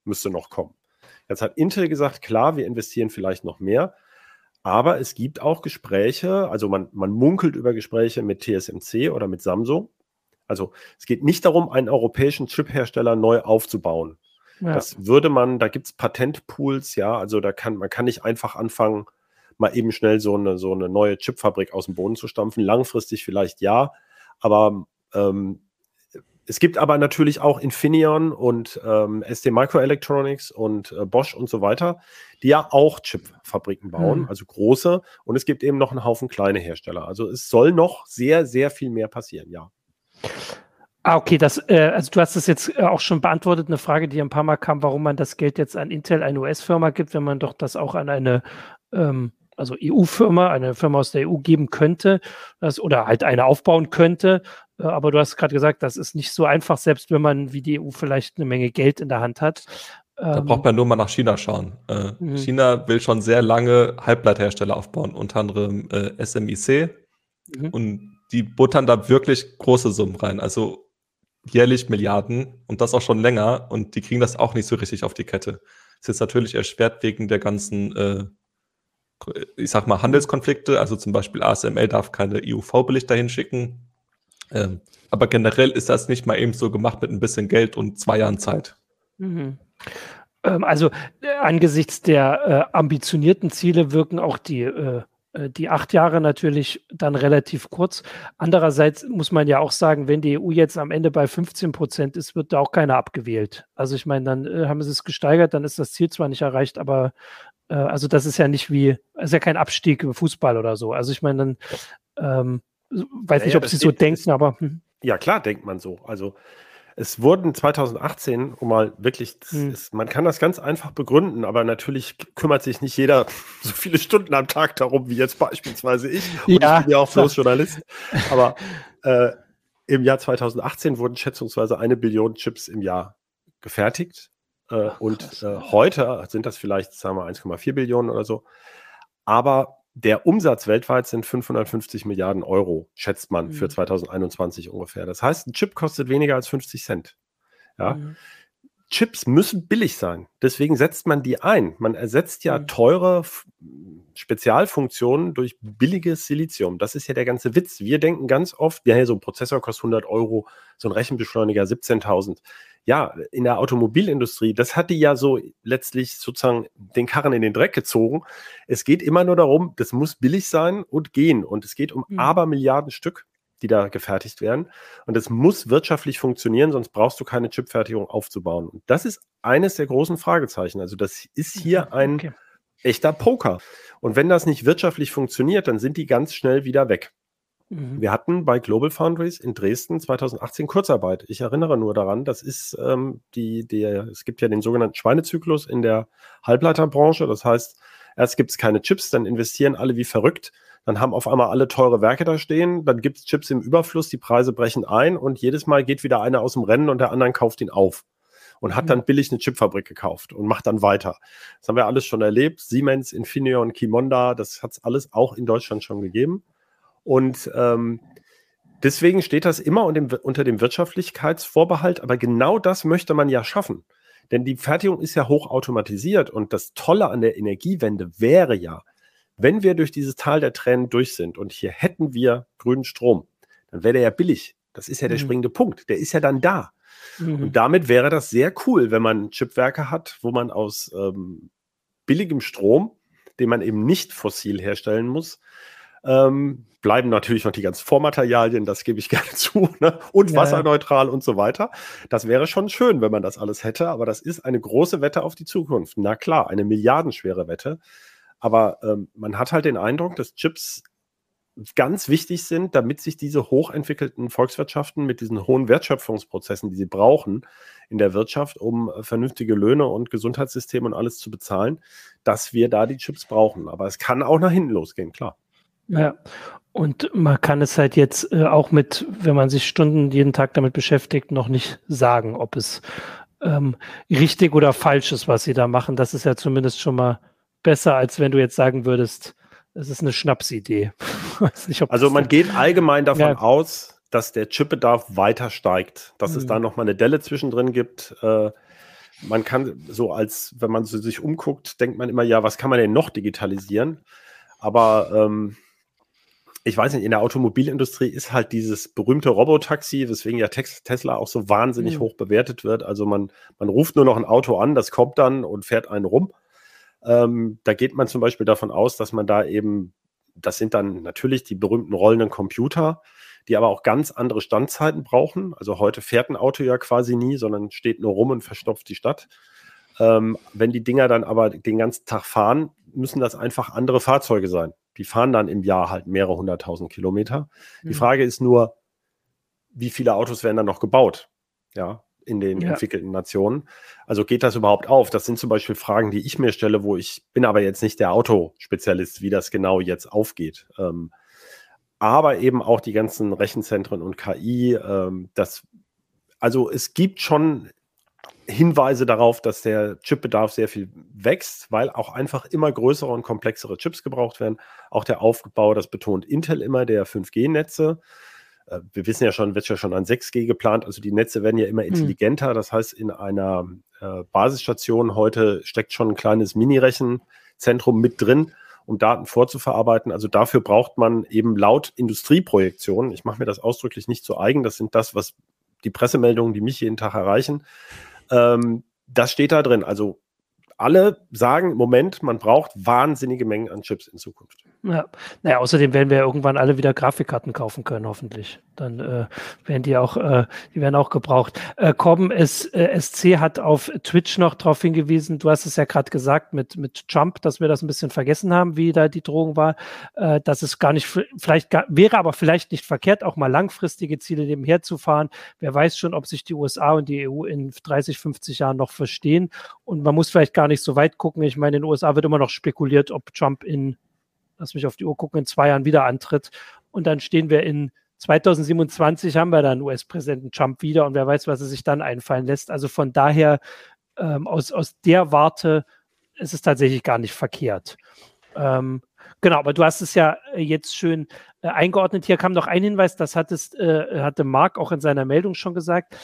C: müsste noch kommen. Jetzt hat Intel gesagt, klar, wir investieren vielleicht noch mehr, aber es gibt auch Gespräche, also man munkelt über Gespräche mit TSMC oder mit Samsung. Also es geht nicht darum, einen europäischen Chip-Hersteller neu aufzubauen. Ja. Das würde man, da gibt es Patentpools, ja, also man kann nicht einfach anfangen, mal eben schnell so eine neue Chipfabrik aus dem Boden zu stampfen. Langfristig vielleicht ja, aber es gibt aber natürlich auch Infineon und ST Microelectronics und Bosch und so weiter, die ja auch Chipfabriken bauen, also große. Und es gibt eben noch einen Haufen kleine Hersteller. Also es soll noch sehr, sehr viel mehr passieren, ja.
A: Okay, also du hast das jetzt auch schon beantwortet, eine Frage, die ein paar Mal kam, warum man das Geld jetzt an Intel, eine US-Firma, gibt, wenn man doch das auch an eine also EU-Firma, eine Firma aus der EU geben könnte, oder halt eine aufbauen könnte. Aber du hast gerade gesagt, das ist nicht so einfach, selbst wenn man wie die EU vielleicht eine Menge Geld in der Hand hat.
D: Da braucht man nur mal nach China schauen. China will schon sehr lange Halbleiterhersteller aufbauen, unter anderem SMIC. Und die buttern da wirklich große Summen rein, also jährlich Milliarden und das auch schon länger. Und die kriegen das auch nicht so richtig auf die Kette. Das ist jetzt natürlich erschwert wegen der ganzen ich sag mal, Handelskonflikte, also zum Beispiel ASML darf keine EUV-Belichter hinschicken. Aber generell ist das nicht mal eben so gemacht mit ein bisschen Geld und 2 Jahren Zeit.
A: Also angesichts der ambitionierten Ziele wirken auch die 8 Jahre natürlich dann relativ kurz. Andererseits muss man ja auch sagen, wenn die EU jetzt am Ende bei 15% ist, wird da auch keiner abgewählt. Also ich meine, dann haben sie es gesteigert, dann ist das Ziel zwar nicht erreicht, aber also das ist ja nicht ist ja kein Abstieg im Fußball oder so. Also ich meine, dann weiß nicht, ob sie so denken, aber...
C: Ja, klar denkt man so. Also es wurden 2018, um mal wirklich, man kann das ganz einfach begründen, aber natürlich kümmert sich nicht jeder so viele Stunden am Tag darum, wie jetzt beispielsweise ich. Und ich bin ja auch bloß Journalist. Aber im Jahr 2018 wurden schätzungsweise 1 Billion Chips im Jahr gefertigt. Heute sind das vielleicht, sagen wir, 1,4 Billionen oder so. Aber der Umsatz weltweit sind 550 Milliarden Euro, schätzt man, für 2021 ungefähr. Das heißt, ein Chip kostet weniger als 50 Cent. Ja? Chips müssen billig sein. Deswegen setzt man die ein. Man ersetzt ja teure Spezialfunktionen durch billiges Silizium. Das ist ja der ganze Witz. Wir denken ganz oft, ja, so ein Prozessor kostet 100 Euro, so ein Rechenbeschleuniger 17.000. Ja, in der Automobilindustrie, das hat die ja so letztlich sozusagen den Karren in den Dreck gezogen. Es geht immer nur darum, das muss billig sein und gehen. Und es geht um Abermilliarden Stück, die da gefertigt werden. Und es muss wirtschaftlich funktionieren, sonst brauchst du keine Chipfertigung aufzubauen. Und das ist eines der großen Fragezeichen. Also das ist hier ein echter Poker. Und wenn das nicht wirtschaftlich funktioniert, dann sind die ganz schnell wieder weg. Wir hatten bei GlobalFoundries in Dresden 2018 Kurzarbeit. Ich erinnere nur daran, das ist es gibt ja den sogenannten Schweinezyklus in der Halbleiterbranche. Das heißt, erst gibt es keine Chips, dann investieren alle wie verrückt. Dann haben auf einmal alle teure Werke da stehen. Dann gibt es Chips im Überfluss, die Preise brechen ein und jedes Mal geht wieder einer aus dem Rennen und der andere kauft ihn auf. Und hat dann billig eine Chipfabrik gekauft und macht dann weiter. Das haben wir alles schon erlebt. Siemens, Infineon, Qimonda, das hat es alles auch in Deutschland schon gegeben. Und deswegen steht das immer unter dem Wirtschaftlichkeitsvorbehalt, aber genau das möchte man ja schaffen. Denn die Fertigung ist ja hochautomatisiert und das Tolle an der Energiewende wäre ja, wenn wir durch dieses Tal der Tränen durch sind und hier hätten wir grünen Strom, dann wäre der ja billig. Das ist ja der springende Punkt. Der ist ja dann da. Und damit wäre das sehr cool, wenn man Chipwerke hat, wo man aus billigem Strom, den man eben nicht fossil herstellen muss, bleiben natürlich noch die ganzen Vormaterialien, das gebe ich gerne zu, ne? Und wasserneutral und so weiter. Das wäre schon schön, wenn man das alles hätte, aber das ist eine große Wette auf die Zukunft. Na klar, eine milliardenschwere Wette. Aber man hat halt den Eindruck, dass Chips ganz wichtig sind, damit sich diese hochentwickelten Volkswirtschaften mit diesen hohen Wertschöpfungsprozessen, die sie brauchen in der Wirtschaft, um vernünftige Löhne und Gesundheitssysteme und alles zu bezahlen, dass wir da die Chips brauchen. Aber es kann auch nach hinten losgehen, klar.
A: Ja, und man kann es halt jetzt auch wenn man sich Stunden jeden Tag damit beschäftigt, noch nicht sagen, ob es richtig oder falsch ist, was sie da machen. Das ist ja zumindest schon mal besser, als wenn du jetzt sagen würdest, es ist eine Schnapsidee. Weiß nicht,
C: also man geht allgemein davon aus, dass der Chipbedarf weiter steigt, dass es da nochmal eine Delle zwischendrin gibt. man kann wenn man so sich umguckt, denkt man immer, ja, was kann man denn noch digitalisieren? Aber ich weiß nicht, in der Automobilindustrie ist halt dieses berühmte Robotaxi, weswegen ja Tesla auch so wahnsinnig hoch bewertet wird. Also man ruft nur noch ein Auto an, das kommt dann und fährt einen rum. Da geht man zum Beispiel davon aus, dass man da eben, das sind dann natürlich die berühmten rollenden Computer, die aber auch ganz andere Standzeiten brauchen. Also heute fährt ein Auto ja quasi nie, sondern steht nur rum und verstopft die Stadt. Wenn die Dinger dann aber den ganzen Tag fahren, müssen das einfach andere Fahrzeuge sein. Die fahren dann im Jahr halt mehrere 100.000 Kilometer. Die Frage ist nur, wie viele Autos werden dann noch gebaut? Ja, in den entwickelten Nationen. Also geht das überhaupt auf? Das sind zum Beispiel Fragen, die ich mir stelle, bin aber jetzt nicht der Autospezialist, wie das genau jetzt aufgeht. Aber eben auch die ganzen Rechenzentren und KI. Also es gibt schon Hinweise darauf, dass der Chipbedarf sehr viel wächst, weil auch einfach immer größere und komplexere Chips gebraucht werden. Auch der Aufbau, das betont Intel immer, der 5G-Netze. Wir wissen ja schon, wird ja schon an 6G geplant. Also die Netze werden ja immer intelligenter. Das heißt, in einer Basisstation heute steckt schon ein kleines Mini-Rechenzentrum mit drin, um Daten vorzuverarbeiten. Also dafür braucht man eben laut Industrieprojektionen, ich mache mir das ausdrücklich nicht zu eigen, das sind das, was die Pressemeldungen, die mich jeden Tag erreichen, das steht da drin. Also alle sagen im Moment, man braucht wahnsinnige Mengen an Chips in Zukunft.
A: Ja, naja, außerdem werden wir ja irgendwann alle wieder Grafikkarten kaufen können, hoffentlich. Dann werden die werden auch gebraucht. Corben SC hat auf Twitch noch darauf hingewiesen, du hast es ja gerade gesagt mit Trump, dass wir das ein bisschen vergessen haben, wie da die Drohung war, dass es wäre aber vielleicht nicht verkehrt, auch mal langfristige Ziele nebenher zu fahren. Wer weiß schon, ob sich die USA und die EU in 30, 50 Jahren noch verstehen. Und man muss vielleicht gar nicht so weit gucken. Ich meine, in den USA wird immer noch spekuliert, ob Trump lass mich auf die Uhr gucken, in 2 Jahren wieder antritt. Und dann stehen wir in 2027, haben wir dann US-Präsidenten Trump wieder und wer weiß, was er sich dann einfallen lässt. Also von daher, aus der Warte ist es tatsächlich gar nicht verkehrt. Genau, aber du hast es ja jetzt schön eingeordnet. Hier kam noch ein Hinweis, das hatte Marc auch in seiner Meldung schon gesagt,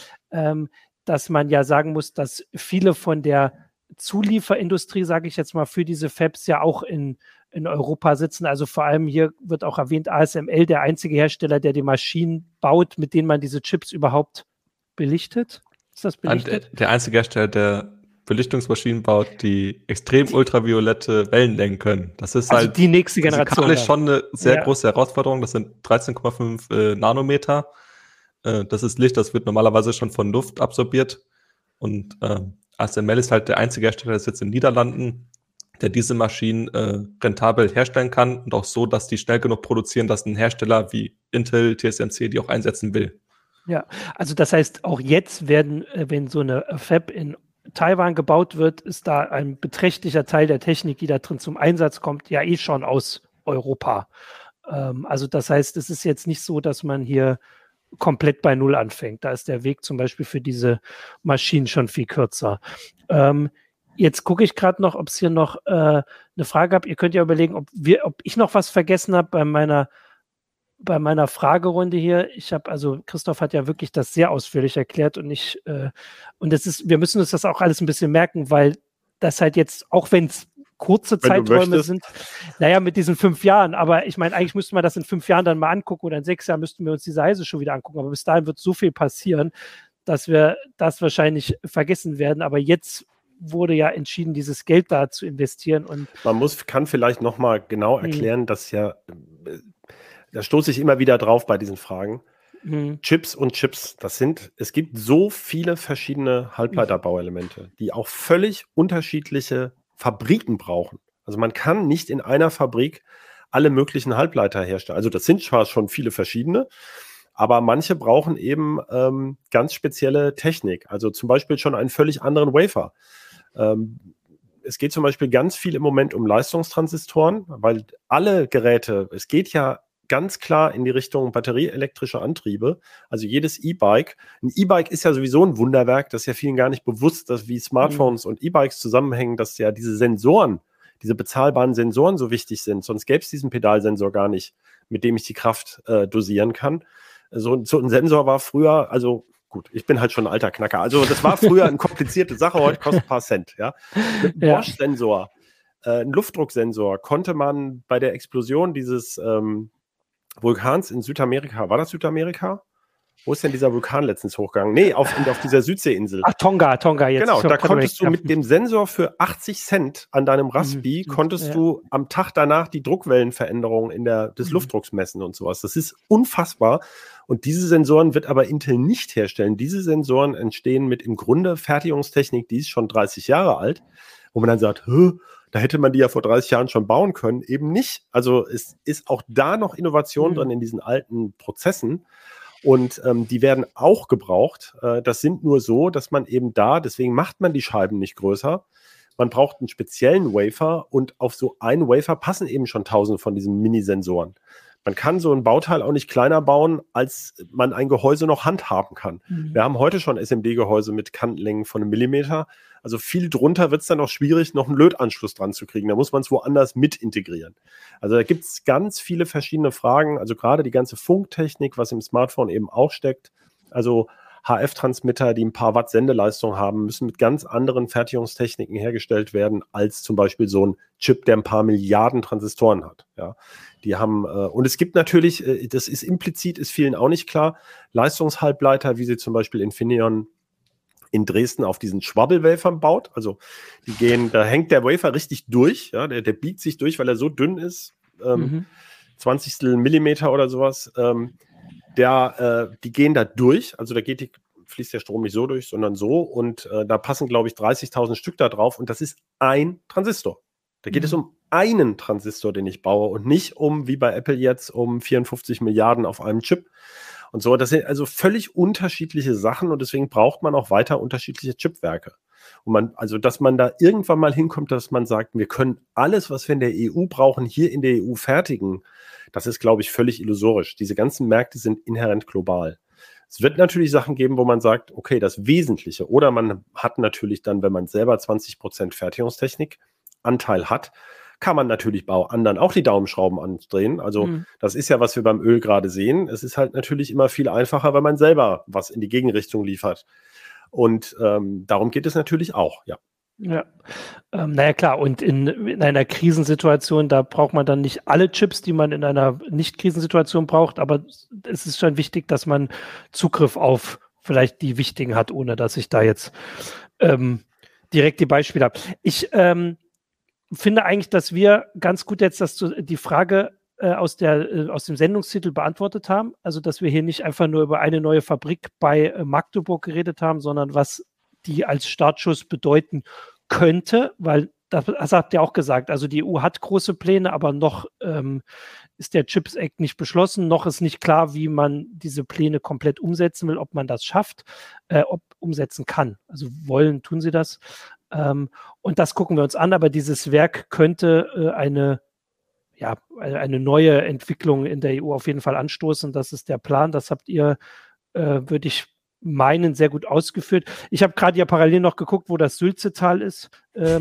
A: dass man ja sagen muss, dass viele von der Zulieferindustrie, sage ich jetzt mal, für diese Fabs ja auch in Europa sitzen. Also vor allem hier wird auch erwähnt, ASML, der einzige Hersteller, der die Maschinen baut, mit denen man diese Chips überhaupt belichtet. Ist das belichtet?
D: Der einzige Hersteller, der Belichtungsmaschinen baut, die extrem ultraviolette Wellen lenken können. Das ist also halt
A: die nächste Generation.
D: Das ist schon eine sehr große Herausforderung. Das sind 13,5 Nanometer. Das ist Licht, das wird normalerweise schon von Luft absorbiert. Und ASML ist halt der einzige Hersteller, der sitzt in den Niederlanden, der diese Maschinen rentabel herstellen kann und auch so, dass die schnell genug produzieren, dass ein Hersteller wie Intel, TSMC die auch einsetzen will.
A: Ja, also das heißt, auch jetzt wenn so eine Fab in Taiwan gebaut wird, ist da ein beträchtlicher Teil der Technik, die da drin zum Einsatz kommt, ja schon aus Europa. Also das heißt, es ist jetzt nicht so, dass man hier komplett bei Null anfängt. Da ist der Weg zum Beispiel für diese Maschinen schon viel kürzer. Jetzt gucke ich gerade noch, ob es hier noch eine Frage gab. Ihr könnt ja überlegen, ob ich noch was vergessen habe bei meiner Fragerunde hier. Christoph hat ja wirklich das sehr ausführlich erklärt und wir müssen uns das auch alles ein bisschen merken, weil das halt jetzt, auch wenn es kurze Zeiträume sind, mit diesen 5 Jahren, aber ich meine, eigentlich müsste man das in 5 Jahren dann mal angucken oder in 6 Jahren müssten wir uns diese Heise schon wieder angucken, aber bis dahin wird so viel passieren, dass wir das wahrscheinlich vergessen werden, aber jetzt wurde ja entschieden, dieses Geld da zu investieren. Und
C: man kann vielleicht nochmal genau erklären, dass da stoße ich immer wieder drauf bei diesen Fragen. Chips, es gibt so viele verschiedene Halbleiterbauelemente, die auch völlig unterschiedliche Fabriken brauchen. Also man kann nicht in einer Fabrik alle möglichen Halbleiter herstellen. Also das sind zwar schon viele verschiedene, aber manche brauchen eben ganz spezielle Technik. Also zum Beispiel schon einen völlig anderen Wafer. Es geht zum Beispiel ganz viel im Moment um Leistungstransistoren, weil alle Geräte, es geht ja ganz klar in die Richtung batterieelektrische Antriebe. Also jedes E-Bike. Ein E-Bike ist ja sowieso ein Wunderwerk. Das ist ja vielen gar nicht bewusst, dass wie Smartphones und E-Bikes zusammenhängen, dass ja diese Sensoren, diese bezahlbaren Sensoren so wichtig sind. Sonst gäbe es diesen Pedalsensor gar nicht, mit dem ich die Kraft dosieren kann. So ein Sensor war früher, also gut, ich bin halt schon ein alter Knacker. Also das war früher eine komplizierte Sache, heute kostet ein paar Cent. Ja? Mit einem Bosch-Sensor, ein Luftdrucksensor, konnte man bei der Explosion dieses Vulkans in Südamerika, war das Südamerika? Wo ist denn dieser Vulkan letztens hochgegangen? Nee, auf dieser Südseeinsel.
A: Ach, Tonga jetzt.
C: Genau, da konntest du mit dem Sensor für 80 Cent an deinem Raspi, konntest du am Tag danach die Druckwellenveränderung des Luftdrucks messen und sowas. Das ist unfassbar. Und diese Sensoren wird aber Intel nicht herstellen. Diese Sensoren entstehen mit im Grunde Fertigungstechnik, die ist schon 30 Jahre alt, wo man dann sagt, da hätte man die ja vor 30 Jahren schon bauen können. Eben nicht. Also es ist auch da noch Innovation drin in diesen alten Prozessen. Und die werden auch gebraucht. Das sind nur so, dass man eben deswegen macht man die Scheiben nicht größer. Man braucht einen speziellen Wafer und auf so einen Wafer passen eben schon 1000 von diesen Mini-Sensoren. Man kann so ein Bauteil auch nicht kleiner bauen, als man ein Gehäuse noch handhaben kann. Wir haben heute schon SMD-Gehäuse mit Kantenlängen von 1 Millimeter. Also viel drunter wird es dann auch schwierig, noch einen Lötanschluss dran zu kriegen. Da muss man es woanders mit integrieren. Also da gibt es ganz viele verschiedene Fragen. Also gerade die ganze Funktechnik, was im Smartphone eben auch steckt. Also HF-Transmitter, die ein paar Watt Sendeleistung haben, müssen mit ganz anderen Fertigungstechniken hergestellt werden, als zum Beispiel so ein Chip, der ein paar Milliarden Transistoren hat. Ja, die haben, und es gibt natürlich, das ist implizit, ist vielen auch nicht klar, Leistungshalbleiter, wie sie zum Beispiel Infineon in Dresden auf diesen Schwabbelwafern baut. Also da hängt der Wafer richtig durch, ja, der biegt sich durch, weil er so dünn ist, 20 Millimeter oder sowas. Die gehen da durch, also fließt der Strom nicht so durch, sondern so, und da passen, glaube ich, 30.000 Stück da drauf, und das ist ein Transistor. Da geht es um einen Transistor, den ich baue, und nicht wie bei Apple jetzt, um 54 Milliarden auf einem Chip. Und so, das sind also völlig unterschiedliche Sachen, und deswegen braucht man auch weiter unterschiedliche Chipwerke. Und dass man da irgendwann mal hinkommt, dass man sagt, wir können alles, was wir in der EU brauchen, hier in der EU fertigen, das ist, glaube ich, völlig illusorisch. Diese ganzen Märkte sind inhärent global. Es wird natürlich Sachen geben, wo man sagt, okay, das Wesentliche, oder man hat natürlich dann, wenn man selber 20% Fertigungstechnik-Anteil hat, kann man natürlich anderen auch die Daumenschrauben andrehen. Also das ist ja, was wir beim Öl gerade sehen. Es ist halt natürlich immer viel einfacher, wenn man selber was in die Gegenrichtung liefert. Und darum geht es natürlich auch, ja.
A: Ja, naja klar, und in einer Krisensituation, da braucht man dann nicht alle Chips, die man in einer Nicht-Krisensituation braucht, aber es ist schon wichtig, dass man Zugriff auf vielleicht die wichtigen hat, ohne dass ich da jetzt direkt die Beispiele habe. Ich finde eigentlich, dass wir ganz gut jetzt die Frage aus dem Sendungstitel beantwortet haben, also dass wir hier nicht einfach nur über eine neue Fabrik bei Magdeburg geredet haben, sondern was die als Startschuss bedeuten könnte, weil das habt ihr auch gesagt, also die EU hat große Pläne, aber noch ist der Chips Act nicht beschlossen, noch ist nicht klar, wie man diese Pläne komplett umsetzen will, ob man das schafft, umsetzen kann. Also tun sie das. Und das gucken wir uns an, aber dieses Werk könnte eine neue Entwicklung in der EU auf jeden Fall anstoßen. Das ist der Plan, das habt ihr, würde ich meinen, sehr gut ausgeführt. Ich habe gerade ja parallel noch geguckt, wo das Sülzetal ist,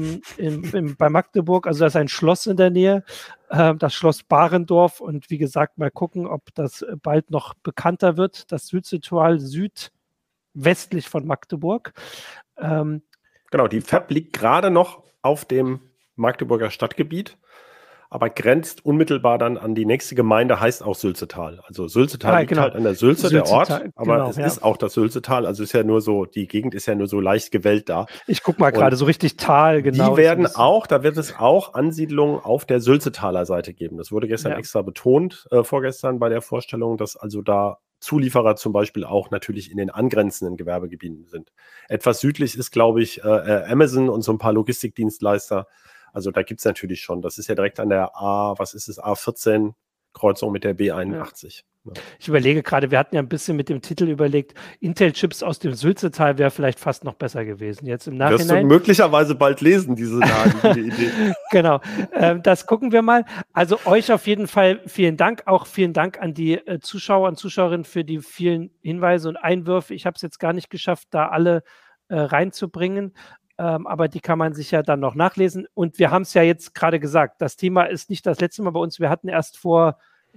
A: bei Magdeburg. Also da ist ein Schloss in der Nähe, das Schloss Barendorf. Und wie gesagt, mal gucken, ob das bald noch bekannter wird. Das Sülzetal südwestlich von Magdeburg.
C: Genau, die Fab liegt gerade noch auf dem Magdeburger Stadtgebiet, aber grenzt unmittelbar dann an die nächste Gemeinde, heißt auch Sülzetal. Also Sülzetal liegt halt an der Sülze, der Ort, aber es ist auch das Sülzetal, also ist ja nur so, die Gegend ist ja nur so leicht gewellt da.
A: Ich gucke mal gerade, so richtig Tal, genau.
C: Da wird es auch Ansiedlungen auf der Sülzetaler Seite geben. Das wurde gestern extra betont, vorgestern bei der Vorstellung, dass also da Zulieferer zum Beispiel auch natürlich in den angrenzenden Gewerbegebieten sind. Etwas südlich ist, glaube ich, Amazon und so ein paar Logistikdienstleister. Also da gibt es natürlich schon. Das ist ja direkt an der A14 Kreuzung mit der B81. Ja.
A: Ich überlege gerade, wir hatten ja ein bisschen mit dem Titel überlegt, Intel-Chips aus dem Sülzetal wäre vielleicht fast noch besser gewesen. Jetzt im Nachhinein.
C: Wirst du möglicherweise bald lesen, diese Idee.
A: Genau, das gucken wir mal. Also euch auf jeden Fall vielen Dank. Auch vielen Dank an die Zuschauer und Zuschauerinnen für die vielen Hinweise und Einwürfe. Ich habe es jetzt gar nicht geschafft, da alle reinzubringen. Aber die kann man sich ja dann noch nachlesen. Und wir haben es ja jetzt gerade gesagt, das Thema ist nicht das letzte Mal bei uns. Wir hatten erst vor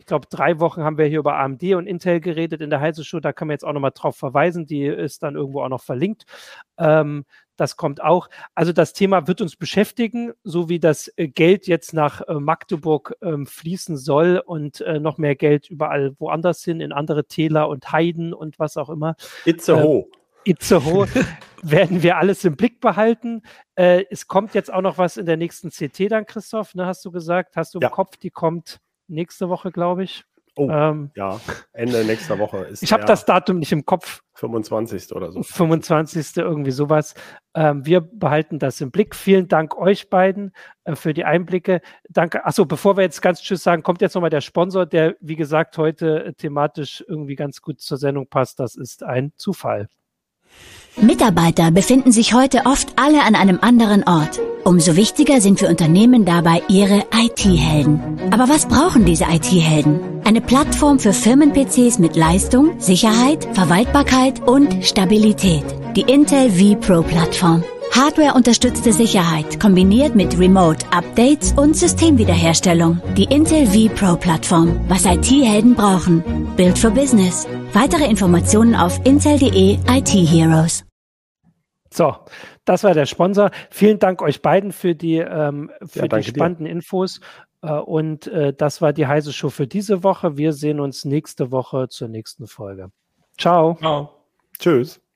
A: ich glaube, 3 Wochen haben wir hier über AMD und Intel geredet in der Heise Show. Da kann man jetzt auch nochmal drauf verweisen. Die ist dann irgendwo auch noch verlinkt. Das kommt auch. Also das Thema wird uns beschäftigen, so wie das Geld jetzt nach Magdeburg fließen soll und noch mehr Geld überall woanders hin, in andere Täler und Heiden und was auch immer.
C: Itzehoe.
A: Itzehoe werden wir alles im Blick behalten. Es kommt jetzt auch noch was in der nächsten CT dann, Christoph, ne, hast du gesagt? Hast du im Kopf, die kommt nächste Woche, glaube ich.
C: Oh, ja, Ende nächster Woche ist
A: ich habe das Datum nicht im Kopf.
C: 25. oder so.
A: 25. irgendwie sowas. Wir behalten das im Blick. Vielen Dank euch beiden für die Einblicke. Danke. Achso, bevor wir jetzt ganz Tschüss sagen, kommt jetzt nochmal der Sponsor, der, wie gesagt, heute thematisch irgendwie ganz gut zur Sendung passt. Das ist ein Zufall.
B: Mitarbeiter befinden sich heute oft alle an einem anderen Ort. Umso wichtiger sind für Unternehmen dabei ihre IT-Helden. Aber was brauchen diese IT-Helden? Eine Plattform für Firmen-PCs mit Leistung, Sicherheit, Verwaltbarkeit und Stabilität. Die Intel vPro-Plattform. Hardware-unterstützte Sicherheit kombiniert mit Remote-Updates und Systemwiederherstellung. Die Intel vPro-Plattform. Was IT-Helden brauchen. Built for Business. Weitere Informationen auf intel.de IT-Heroes.
A: So, das war der Sponsor. Vielen Dank euch beiden für die spannenden Infos. Und das war die Heise Show für diese Woche. Wir sehen uns nächste Woche zur nächsten Folge. Ciao.
C: Tschüss.